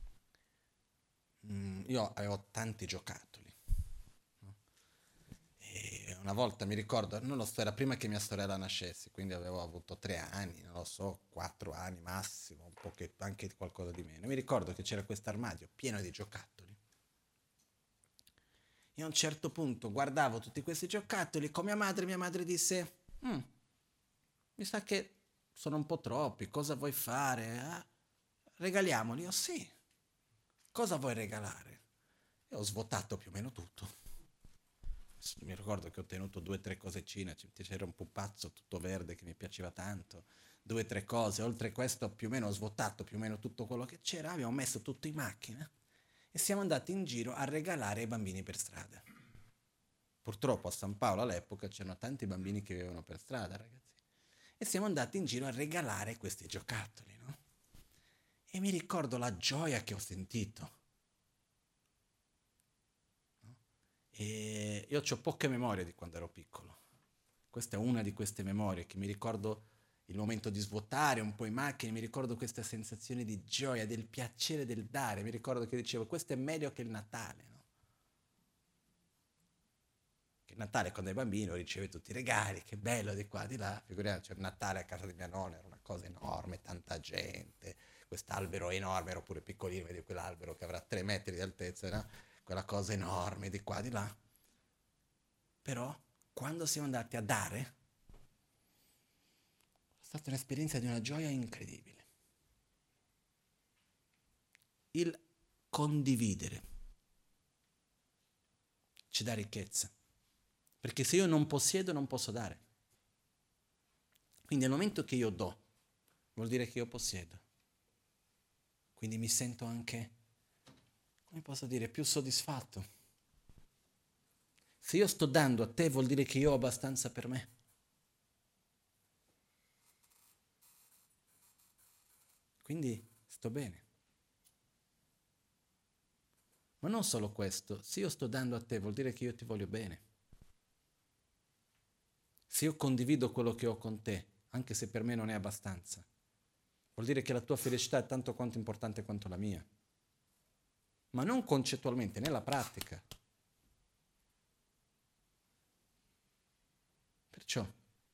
Io avevo tanti giocattoli. No? E una volta mi ricordo, non lo so, era prima che mia sorella nascesse, quindi avevo avuto 3 anni, non lo so, 4 anni massimo, un pochetto, anche qualcosa di meno. Mi ricordo che c'era questo armadio pieno di giocattoli. E a un certo punto guardavo tutti questi giocattoli con mia madre disse, mi sa che sono un po' troppi, cosa vuoi fare? Regaliamoli? Io sì. Cosa vuoi regalare? E ho svuotato più o meno tutto. Mi ricordo che ho tenuto 2 o 3 cosecine, c'era un pupazzo tutto verde che mi piaceva tanto, 2 o 3 cose, oltre a questo più o meno ho svuotato più o meno tutto quello che c'era, abbiamo messo tutto in macchina e siamo andati in giro a regalare ai bambini per strada. Purtroppo a San Paolo all'epoca c'erano tanti bambini che vivevano per strada, ragazzi. e siamo andati in giro a regalare questi giocattoli, no? E mi ricordo la gioia che ho sentito. No? E io ho poche memorie di quando ero piccolo. Questa è una di queste memorie che mi ricordo il momento di svuotare un po' i macchine, mi ricordo questa sensazione di gioia, del piacere del dare, mi ricordo che dicevo questo è meglio che il Natale, no? Che il Natale quando eri bambino ricevi tutti i regali, che bello di qua, di là, figuriamoci, c'era il Natale a casa di mia nonna, era una cosa enorme, tanta gente, quest'albero enorme, ero pure piccolino, vedi quell'albero che avrà 3 metri di altezza, no? Quella cosa enorme di qua, di là. Però quando siamo andati a dare, è stata un'esperienza di una gioia incredibile. Il condividere ci dà ricchezza, perché se io non possiedo non posso dare. Quindi nel momento che io do, vuol dire che io possiedo. Quindi mi sento anche, come posso dire, più soddisfatto. Se io sto dando a te vuol dire che io ho abbastanza per me. Quindi sto bene. Ma non solo questo, se io sto dando a te vuol dire che io ti voglio bene. Se io condivido quello che ho con te, anche se per me non è abbastanza, vuol dire che la tua felicità è tanto quanto importante quanto la mia. Ma non concettualmente, nella pratica. Perciò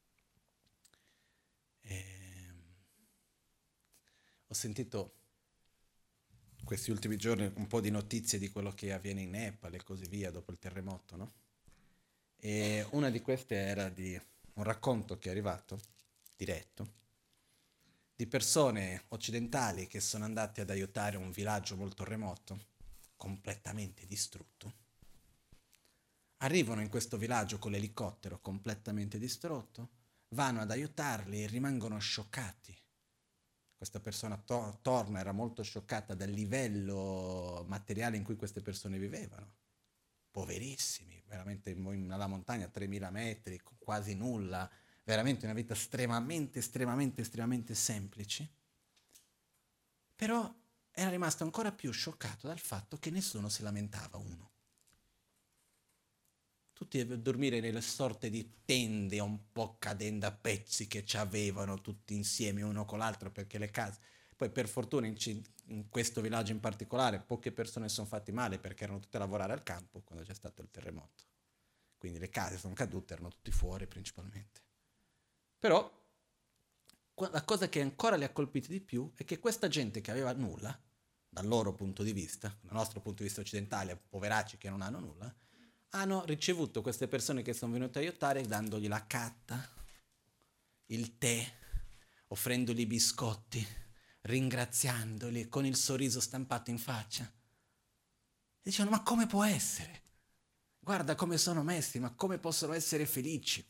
ho sentito questi ultimi giorni un po' di notizie di quello che avviene in Nepal e così via dopo il terremoto, no? E una di queste era di un racconto che è arrivato, diretto, di persone occidentali che sono andate ad aiutare un villaggio molto remoto, completamente distrutto. Arrivano in questo villaggio con l'elicottero completamente distrutto, vanno ad aiutarli e rimangono scioccati. Questa persona torna, era molto scioccata dal livello materiale in cui queste persone vivevano. Poverissimi, veramente alla montagna a 3000 metri, con quasi nulla, veramente una vita estremamente, estremamente, estremamente semplice. Però era rimasto ancora più scioccato dal fatto che nessuno si lamentava uno. Tutti a dormire nelle sorte di tende un po' cadendo a pezzi che ci avevano tutti insieme uno con l'altro perché le case... Poi per fortuna in questo villaggio in particolare poche persone sono fatte male perché erano tutte a lavorare al campo quando c'è stato il terremoto. Quindi le case sono cadute, erano tutti fuori principalmente. Però la cosa che ancora li ha colpiti di più è che questa gente che aveva nulla, dal loro punto di vista, dal nostro punto di vista occidentale, poveracci che non hanno nulla, hanno ricevuto queste persone che sono venute a aiutare dandogli la carta, il tè, offrendogli i biscotti, ringraziandoli con il sorriso stampato in faccia. E dicevano, ma come può essere? Guarda come sono messi, ma come possono essere felici?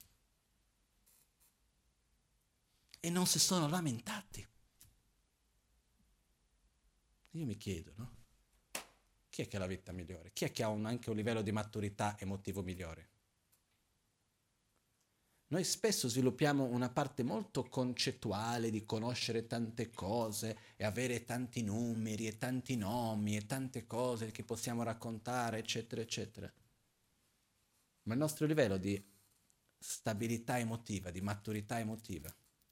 E non si sono lamentati. Io mi chiedo, no? Chi è che ha la vita migliore? Chi è che ha anche un livello di maturità emotivo migliore? Noi spesso sviluppiamo una parte molto concettuale di conoscere tante cose e avere tanti numeri e tanti nomi e tante cose che possiamo raccontare, eccetera, eccetera. Ma il nostro livello di stabilità emotiva, di maturità emotiva,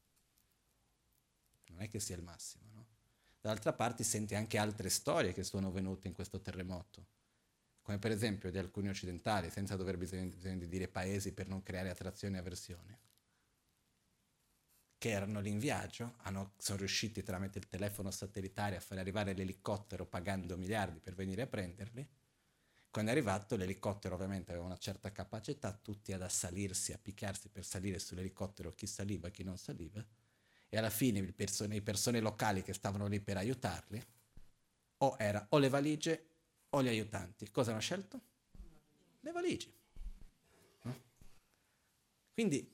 non è che sia il massimo, no? Dall'altra parte senti anche altre storie che sono venute in questo terremoto, come per esempio di alcuni occidentali, senza dover bisogno di dire paesi per non creare attrazione e avversione, che erano lì in viaggio, sono riusciti tramite il telefono satellitare a fare arrivare l'elicottero pagando miliardi per venire a prenderli. Quando è arrivato l'elicottero ovviamente aveva una certa capacità, tutti ad assalirsi, a picchiarsi per salire sull'elicottero, chi saliva, chi non saliva, e alla fine le persone locali che stavano lì per aiutarli, o le valigie o gli aiutanti. Cosa hanno scelto? Le valigie. No? Quindi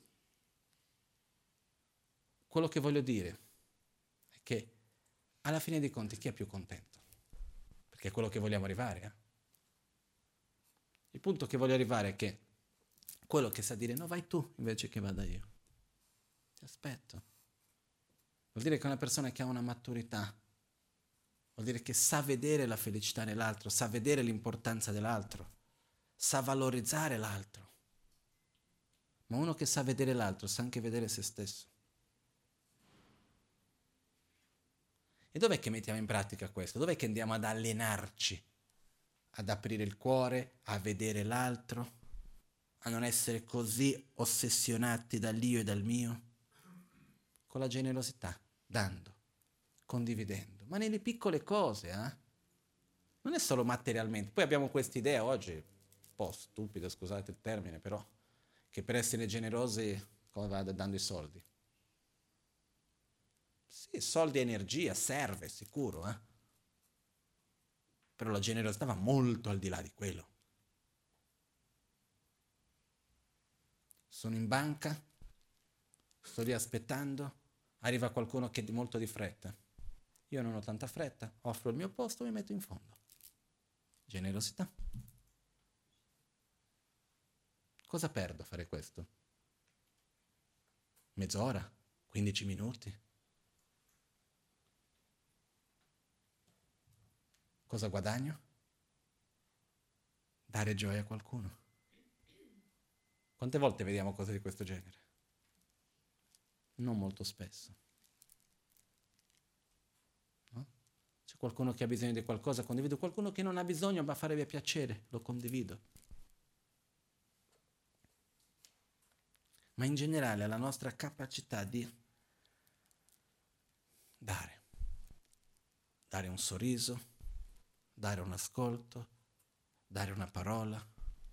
quello che voglio dire è che alla fine dei conti chi è più contento? Perché è quello che vogliamo arrivare. Il punto che voglio arrivare è che quello che sa dire no vai tu invece che vada io. Ti aspetto. Vuol dire che è una persona che ha una maturità. Vuol dire che sa vedere la felicità nell'altro, sa vedere l'importanza dell'altro, sa valorizzare l'altro. Ma uno che sa vedere l'altro sa anche vedere se stesso. E dov'è che mettiamo in pratica questo? Dov'è che andiamo ad allenarci? Ad aprire il cuore, a vedere l'altro, a non essere così ossessionati dall'io e dal mio? Con la generosità, dando, condividendo, ma nelle piccole cose, Non è solo materialmente. Poi abbiamo quest'idea oggi, un po' stupida, scusate il termine, però, che per essere generosi come vada dando i soldi. Sì, soldi e energia serve, sicuro, Però la generosità va molto al di là di quello. Sono in banca, sto lì aspettando, arriva qualcuno che ha molto di fretta. Io non ho tanta fretta, offro il mio posto e mi metto in fondo. Generosità. Cosa perdo a fare questo? Mezz'ora? 15 minuti? Cosa guadagno? Dare gioia a qualcuno. Quante volte vediamo cose di questo genere? Non molto spesso. No? C'è qualcuno che ha bisogno di qualcosa, condivido. Qualcuno che non ha bisogno, ma farebbe piacere, lo condivido. Ma in generale la nostra capacità di dare un sorriso, dare un ascolto, dare una parola.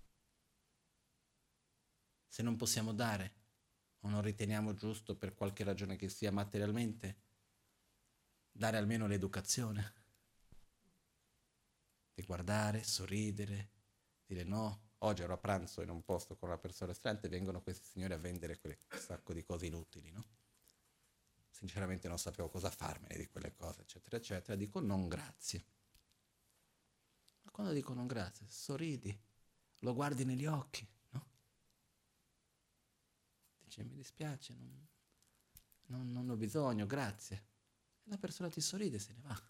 Se non possiamo dare o non riteniamo giusto per qualche ragione che sia materialmente, dare almeno l'educazione, di guardare, sorridere, dire no. Oggi ero a pranzo in un posto con una persona ristorante e vengono questi signori a vendere quel sacco di cose inutili, no? Sinceramente non sapevo cosa farmene di quelle cose, eccetera, eccetera. Dico non grazie. Ma quando dico non grazie, sorridi, lo guardi negli occhi, no? Dice mi dispiace, non ho bisogno, grazie. E la persona ti sorride e se ne va.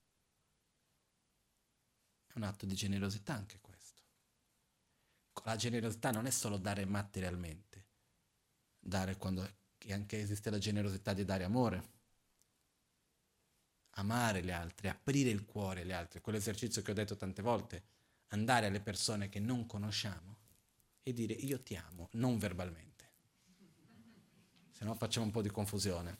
È un atto di generosità anche questo. La generosità non è solo dare materialmente, dare quando anche esiste la generosità di dare amore, amare gli altri, aprire il cuore agli altri, quell'esercizio che ho detto tante volte, andare alle persone che non conosciamo e dire io ti amo, non verbalmente, se no facciamo un po' di confusione.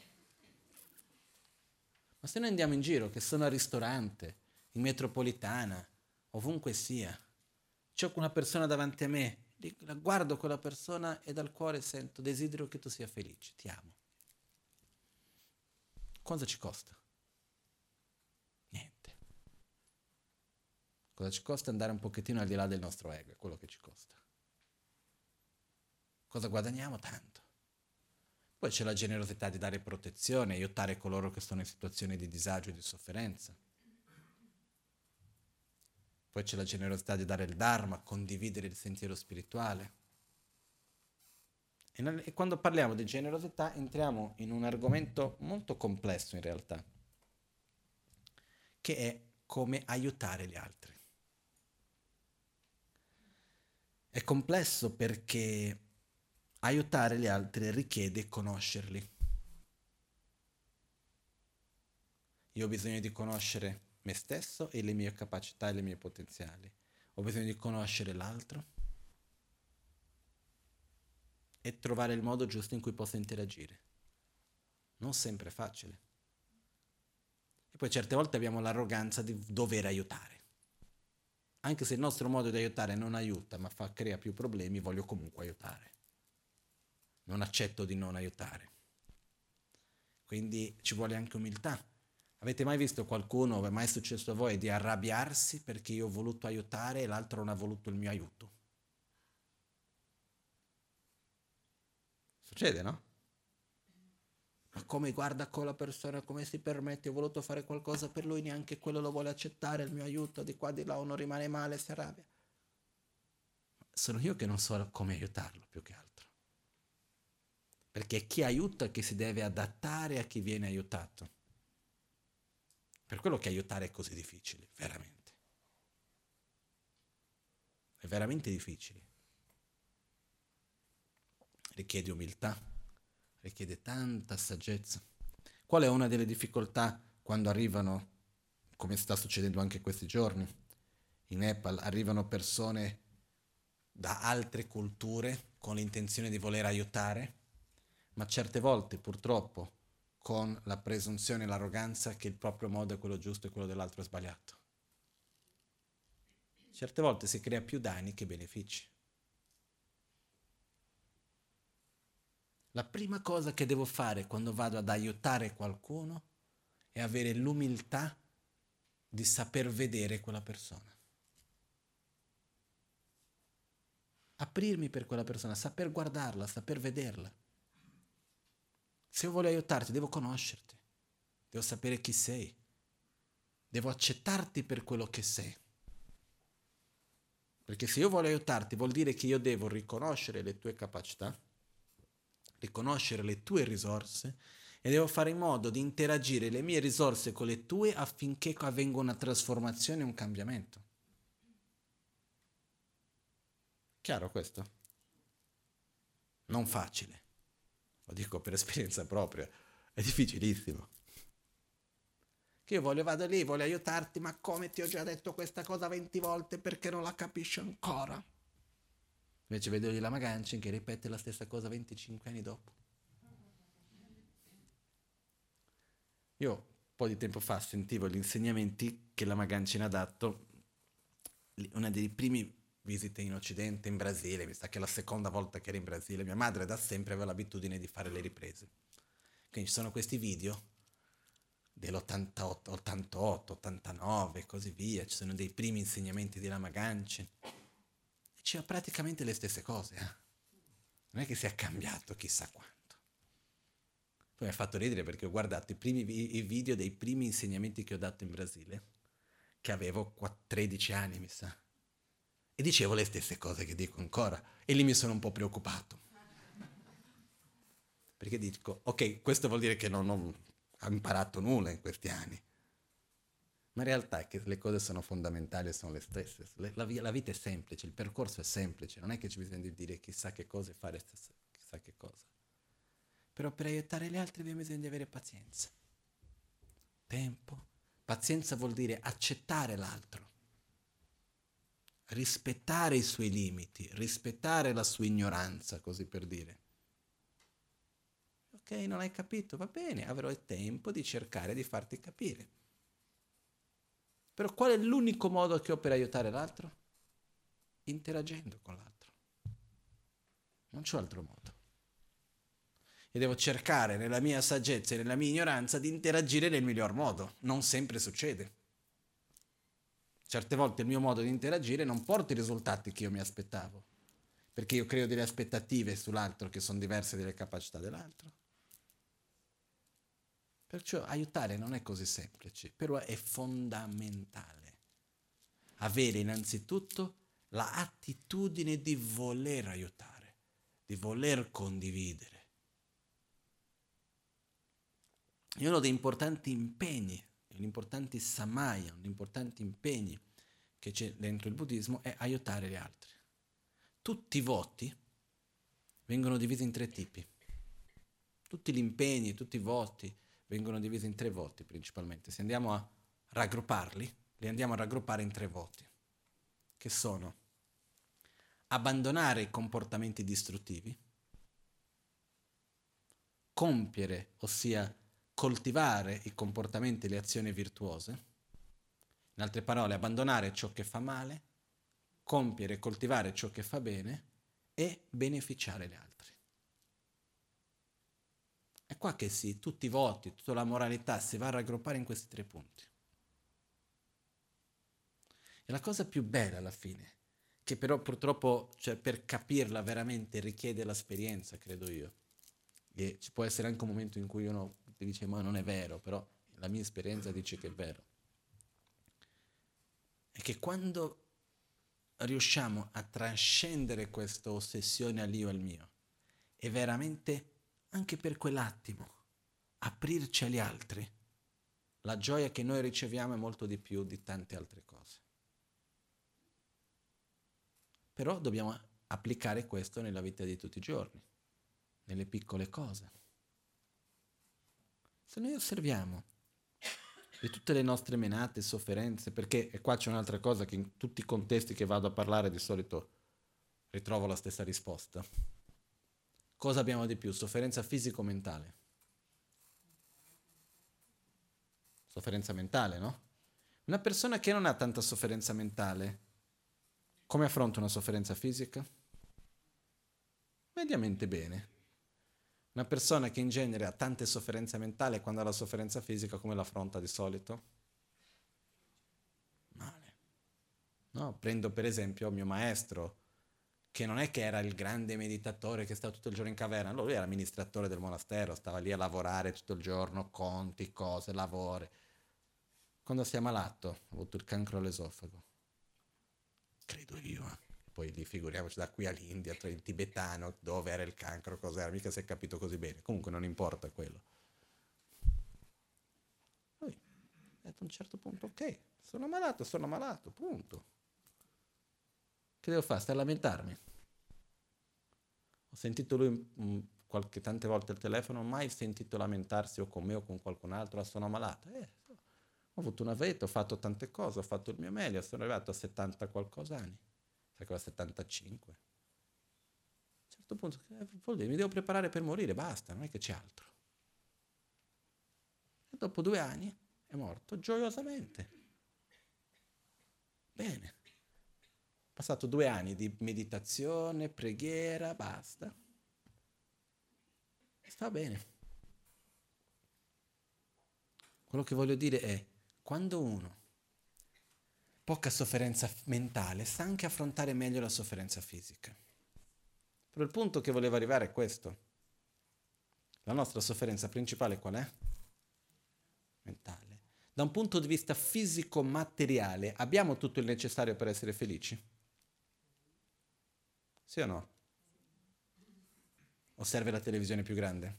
Ma se noi andiamo in giro, che sono al ristorante, in metropolitana, ovunque sia, c'è una persona davanti a me, guardo quella persona e dal cuore sento, desidero che tu sia felice, ti amo. Cosa ci costa? Niente. Cosa ci costa andare un pochettino al di là del nostro ego, è quello che ci costa. Cosa guadagniamo? Tanto. Poi c'è la generosità di dare protezione, aiutare coloro che sono in situazioni di disagio e di sofferenza. Poi c'è la generosità di dare il Dharma, condividere il sentiero spirituale. E quando parliamo di generosità entriamo in un argomento molto complesso in realtà, che è come aiutare gli altri. È complesso perché aiutare gli altri richiede conoscerli. Io ho bisogno di conoscere me stesso e le mie capacità e le mie potenziali. Ho bisogno di conoscere l'altro e trovare il modo giusto in cui posso interagire. Non sempre è facile. E poi certe volte abbiamo l'arroganza di dover aiutare. Anche se il nostro modo di aiutare non aiuta, ma crea più problemi, voglio comunque aiutare. Non accetto di non aiutare. Quindi ci vuole anche umiltà. Avete mai visto qualcuno, è mai successo a voi, di arrabbiarsi perché io ho voluto aiutare e l'altro non ha voluto il mio aiuto? Succede, no? Ma come guarda quella persona, come si permette, ho voluto fare qualcosa per lui, neanche quello lo vuole accettare, il mio aiuto, di qua di là uno rimane male, si arrabbia. Sono io che non so come aiutarlo più che altro. Perché è chi aiuta che si deve adattare a chi viene aiutato. Per quello che aiutare è così difficile, veramente. È veramente difficile. Richiede umiltà, richiede tanta saggezza. Qual è una delle difficoltà quando arrivano, come sta succedendo anche questi giorni, in Nepal, arrivano persone da altre culture con l'intenzione di voler aiutare, ma certe volte purtroppo con la presunzione e l'arroganza che il proprio modo è quello giusto e quello dell'altro è sbagliato. Certe volte si crea più danni che benefici. La prima cosa che devo fare quando vado ad aiutare qualcuno è avere l'umiltà di saper vedere quella persona. Aprirmi per quella persona, saper guardarla, saper vederla. Se io voglio aiutarti, devo conoscerti, devo sapere chi sei, devo accettarti per quello che sei. Perché se io voglio aiutarti vuol dire che io devo riconoscere le tue capacità, riconoscere le tue risorse e devo fare in modo di interagire le mie risorse con le tue affinché avvenga una trasformazione e un cambiamento. Chiaro questo? Non facile, lo dico per esperienza propria, è difficilissimo. Che io vado lì, voglio aiutarti, ma come ti ho già detto questa cosa 20 volte perché non la capisci ancora? Invece vedo lì la Magancin che ripete la stessa cosa 25 anni dopo. Io un po' di tempo fa sentivo gli insegnamenti che la Magancin ha dato, una dei primi visite in Occidente, in Brasile, mi sa che è la seconda volta che era in Brasile, mia madre da sempre aveva l'abitudine di fare le riprese. Quindi ci sono questi video dell'88, 88, 89 e così via, ci sono dei primi insegnamenti di Lama Ganchen, e c'era praticamente le stesse cose, non è che sia cambiato chissà quanto. Poi mi ha fatto ridere perché ho guardato i video dei primi insegnamenti che ho dato in Brasile, che avevo 13 anni mi sa, e dicevo le stesse cose che dico ancora, e lì mi sono un po' preoccupato. Perché dico, ok, questo vuol dire che non ho imparato nulla in questi anni. Ma in realtà è che le cose sono fondamentali e sono le stesse. La vita è semplice, il percorso è semplice, non è che ci bisogna di dire chissà che cosa e fare chissà che cosa. Però per aiutare gli altri abbiamo bisogno di avere pazienza. Tempo. Pazienza vuol dire accettare l'altro, rispettare i suoi limiti, rispettare la sua ignoranza, così per dire. Ok, non hai capito, va bene, avrò il tempo di cercare di farti capire. Però qual è l'unico modo che ho per aiutare l'altro? Interagendo con l'altro. Non c'è altro modo. E devo cercare nella mia saggezza e nella mia ignoranza di interagire nel miglior modo. Non sempre succede. Certe volte il mio modo di interagire non porta i risultati che io mi aspettavo, perché io creo delle aspettative sull'altro che sono diverse dalle capacità dell'altro. Perciò aiutare non è così semplice, però è fondamentale avere innanzitutto l'attitudine di voler aiutare, di voler condividere. E uno dei importanti impegni, gli importanti samaya, gli importanti impegni che c'è dentro il buddismo è aiutare gli altri. Tutti i voti vengono divisi in 3 tipi. Tutti gli impegni, tutti i voti vengono divisi in 3 voti principalmente. Se andiamo a raggrupparli, li andiamo a raggruppare in 3 voti, che sono abbandonare i comportamenti distruttivi, compiere, ossia coltivare i comportamenti e le azioni virtuose, in altre parole abbandonare ciò che fa male, compiere e coltivare ciò che fa bene e beneficiare gli altri. È qua che tutti i voti, tutta la moralità si va a raggruppare in questi 3 punti. E la cosa più bella alla fine, che però purtroppo, cioè, per capirla veramente richiede l'esperienza, credo io. E ci può essere anche un momento in cui uno ti dice ma non è vero, però la mia esperienza dice che è vero. È che quando riusciamo a trascendere questa ossessione all'io e al mio e veramente anche per quell'attimo, aprirci agli altri, la gioia che noi riceviamo è molto di più di tante altre cose. Però dobbiamo applicare questo nella vita di tutti i giorni, nelle piccole cose. Se noi osserviamo di tutte le nostre menate, sofferenze, perché, e qua c'è un'altra cosa che in tutti i contesti che vado a parlare di solito ritrovo la stessa risposta. Cosa abbiamo di più? Sofferenza fisico-mentale? Sofferenza mentale, no? Una persona che non ha tanta sofferenza mentale, come affronta una sofferenza fisica? Mediamente bene. Una persona che in genere ha tante sofferenze mentali, quando ha la sofferenza fisica, come l'affronta di solito? Male. No, prendo per esempio mio maestro, che non è che era il grande meditatore che stava tutto il giorno in caverna, lui era amministratore del monastero, stava lì a lavorare tutto il giorno, conti, cose, lavori. Quando si è ammalato, ha avuto il cancro all'esofago. Credo io. Poi lì figuriamoci da qui all'India, tra il tibetano, dove era il cancro, cos'era, mica si è capito così bene. Comunque non importa quello. Poi ha detto a un certo punto, ok, sono malato, punto. Che devo fare? Stai a lamentarmi? Ho sentito lui tante volte al telefono, mai sentito lamentarsi o con me o con qualcun altro, sono ammalato. Ho avuto una vita, ho fatto tante cose, ho fatto il mio meglio, sono arrivato a 70 qualcosa anni, sai che ho 75. A un certo punto vuol dire, mi devo preparare per morire, basta, non è che c'è altro. E dopo 2 anni è morto gioiosamente. Bene. Ho passato 2 anni di meditazione, preghiera, basta. Sta bene. Quello che voglio dire è, quando uno poca sofferenza mentale sa anche affrontare meglio la sofferenza fisica. Però il punto che volevo arrivare è questo. La nostra sofferenza principale qual è? Mentale. Da un punto di vista fisico-materiale, abbiamo tutto il necessario per essere felici? Sì o no? O serve la televisione più grande?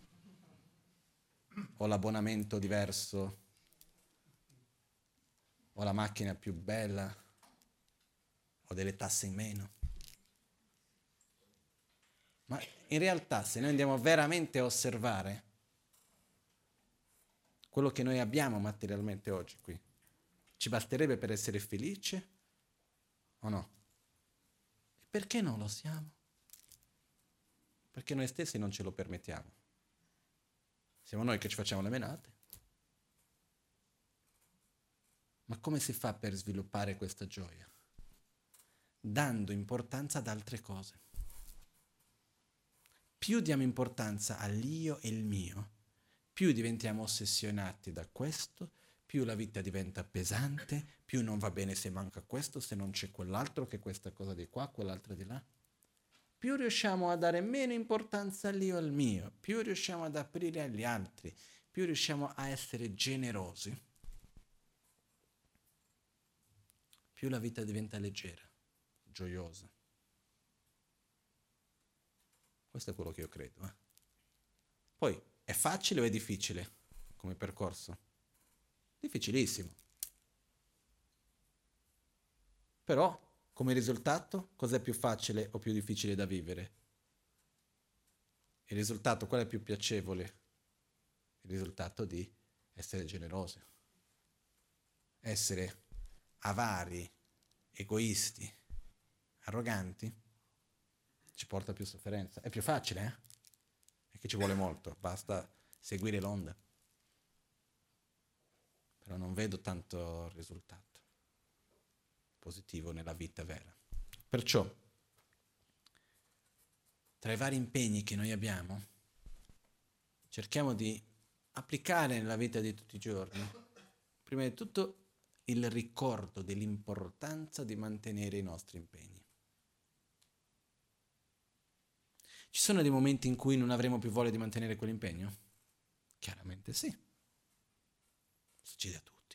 O l'abbonamento diverso? O la macchina più bella? O delle tasse in meno? Ma in realtà, se noi andiamo veramente a osservare quello che noi abbiamo materialmente oggi qui, ci basterebbe per essere felici o no? E perché non lo siamo? Perché noi stessi non ce lo permettiamo. Siamo noi che ci facciamo le menate. Ma come si fa per sviluppare questa gioia? Dando importanza ad altre cose. Più diamo importanza all'io e il mio, più diventiamo ossessionati da questo, più la vita diventa pesante, più non va bene se manca questo, se non c'è quell'altro, che questa cosa di qua, quell'altra di là. Più riusciamo a dare meno importanza all'io e al mio, più riusciamo ad aprire agli altri, più riusciamo a essere generosi, più la vita diventa leggera, gioiosa. Questo è quello che io credo. Poi, è facile o è difficile come percorso? Difficilissimo. Però, come risultato, cos'è più facile o più difficile da vivere? Il risultato, qual è più piacevole? Il risultato di essere generosi, essere avari, egoisti, arroganti, ci porta a più sofferenza. È più facile, eh? È che ci vuole molto, basta seguire l'onda. Però non vedo tanto risultato positivo nella vita vera. Perciò, tra i vari impegni che noi abbiamo, cerchiamo di applicare nella vita di tutti i giorni, prima di tutto, il ricordo dell'importanza di mantenere i nostri impegni. Ci sono dei momenti in cui non avremo più voglia di mantenere quell'impegno? Chiaramente sì. Succede a tutti.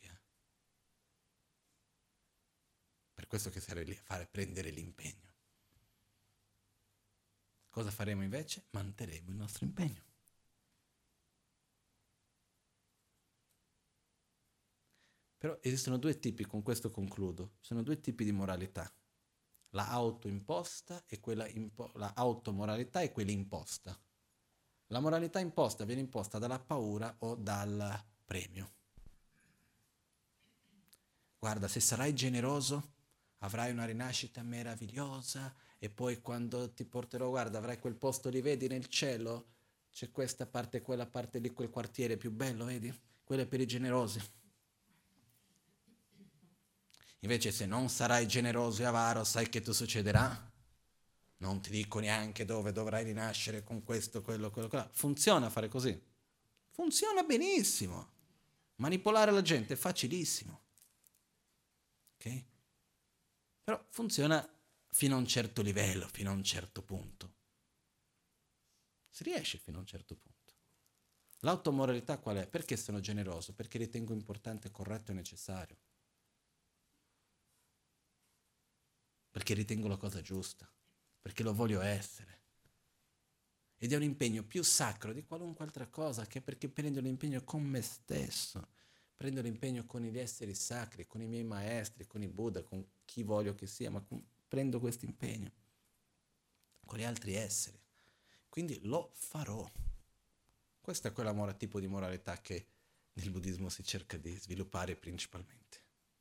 Per questo che serve lì a prendere l'impegno. Cosa faremo invece? Manterremo il nostro impegno. Però esistono due tipi, con questo concludo, sono due tipi di moralità. La autoimposta e quella la automoralità e quella imposta. La moralità imposta viene imposta dalla paura o dal premio. Guarda, se sarai generoso avrai una rinascita meravigliosa e poi quando ti porterò, guarda, avrai quel posto lì, vedi nel cielo, c'è questa parte, quella parte lì, quel quartiere più bello, vedi? Quello è per i generosi. Invece se non sarai generoso e avaro, sai che tu succederà? Non ti dico neanche dove dovrai rinascere con questo, quello, quello. Funziona fare così. Funziona benissimo. Manipolare la gente è facilissimo. Ok? Però funziona fino a un certo livello, fino a un certo punto. Si riesce fino a un certo punto. L'automoralità qual è? Perché sono generoso? Perché ritengo importante, corretto e necessario. Perché ritengo la cosa giusta. Perché lo voglio essere. Ed è un impegno più sacro di qualunque altra cosa, che perché prendo l'impegno con me stesso, prendo l'impegno con gli esseri sacri, con i miei maestri, con i Buddha, con chi voglio che sia, ma prendo questo impegno con gli altri esseri. Quindi lo farò. Questo è quel tipo di moralità che nel buddismo si cerca di sviluppare principalmente.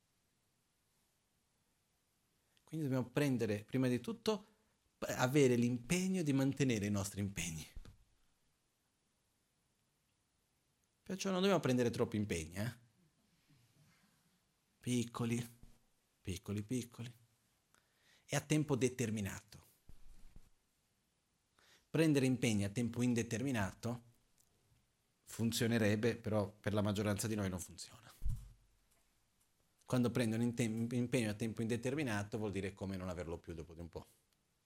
Quindi dobbiamo prendere, prima di tutto, avere l'impegno di mantenere i nostri impegni. Perciò non dobbiamo prendere troppi impegni, Piccoli, piccoli, piccoli. E a tempo determinato. Prendere impegni a tempo indeterminato funzionerebbe, però per la maggioranza di noi non funziona. Quando prendo un impegno a tempo indeterminato vuol dire come non averlo più dopo di un po'.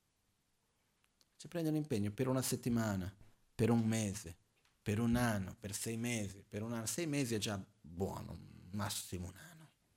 Se prendo un impegno per una settimana, per un mese, per un anno, per 6 mesi, per un anno, 6 mesi è già buono, massimo un anno.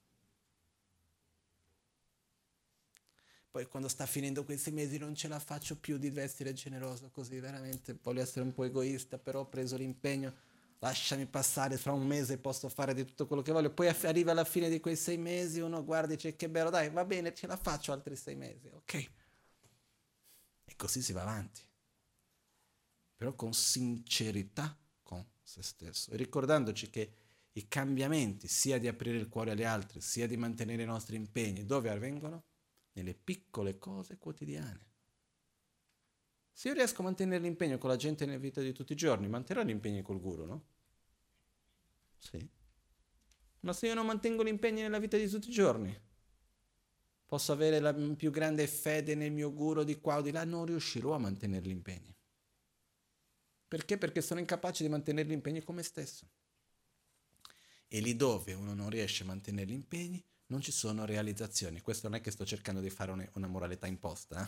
Poi quando sta finendo quei 6 mesi non ce la faccio più di essere generoso così, veramente voglio essere un po' egoista, però ho preso l'impegno, lasciami passare, fra un mese posso fare di tutto quello che voglio. Poi arriva alla fine di quei 6 mesi, uno guarda e dice che bello, dai, va bene, ce la faccio altri 6 mesi, ok? E così si va avanti. Però con sincerità con se stesso. E ricordandoci che i cambiamenti, sia di aprire il cuore agli altri, sia di mantenere i nostri impegni, dove avvengono? Nelle piccole cose quotidiane. Se io riesco a mantenere l'impegno con la gente nella vita di tutti i giorni, manterrò gli impegni col guru, no? Sì. Ma se io non mantengo gli impegni nella vita di tutti i giorni, posso avere la più grande fede nel mio guru di qua o di là, non riuscirò a mantenere gli impegni. Perché? Perché sono incapace di mantenere gli impegni con me stesso. E lì dove uno non riesce a mantenere gli impegni, non ci sono realizzazioni. Questo non è che sto cercando di fare una moralità imposta.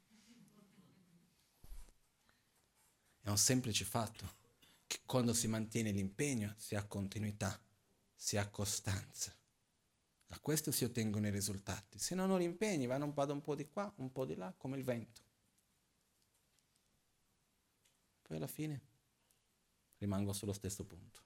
È un semplice fatto che quando si mantiene l'impegno si ha continuità, si ha costanza. Da questo si ottengono i risultati. Se non ho gli impegni, vado un po' di qua, un po' di là, come il vento. Poi alla fine rimango sullo stesso punto.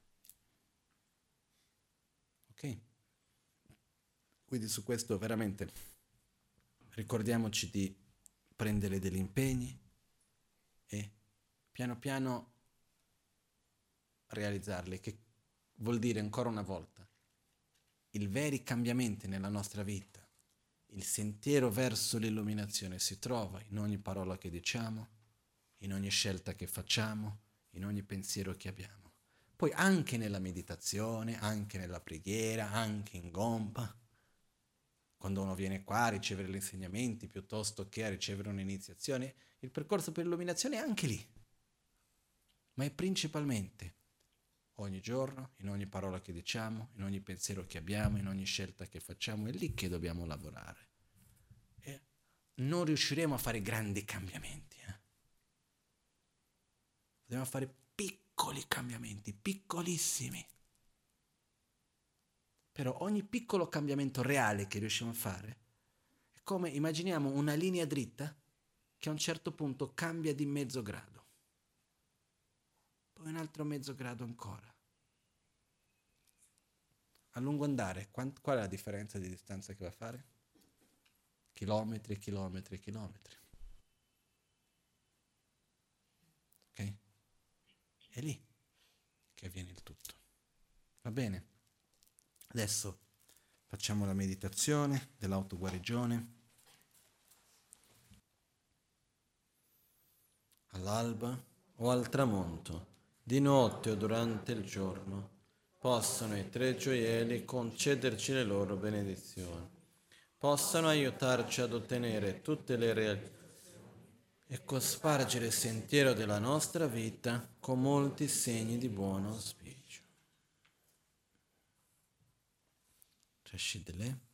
Ok? Quindi su questo veramente ricordiamoci di prendere degli impegni e piano piano realizzarli, che vuol dire ancora una volta i veri cambiamenti nella nostra vita, il sentiero verso l'illuminazione si trova in ogni parola che diciamo, in ogni scelta che facciamo, in ogni pensiero che abbiamo. Poi anche nella meditazione, anche nella preghiera, anche in gompa, quando uno viene qua a ricevere gli insegnamenti piuttosto che a ricevere un'iniziazione, il percorso per l'illuminazione è anche lì, ma è principalmente ogni giorno, in ogni parola che diciamo, in ogni pensiero che abbiamo, in ogni scelta che facciamo, è lì che dobbiamo lavorare. E non riusciremo a fare grandi cambiamenti. Dobbiamo fare piccoli cambiamenti, piccolissimi. Però ogni piccolo cambiamento reale che riusciamo a fare è come, immaginiamo una linea dritta che a un certo punto cambia di mezzo grado, poi un altro mezzo grado ancora. A lungo andare, qual è la differenza di distanza che va a fare? Chilometri, chilometri, chilometri. Ok? È lì che avviene il tutto. Va bene? Adesso facciamo la meditazione dell'autoguarigione. All'alba o al tramonto, di notte o durante il giorno, possano i tre gioielli concederci le loro benedizioni, possano aiutarci ad ottenere tutte le realtà e cospargere il sentiero della nostra vita con molti segni di buon auspicio. Trascidele.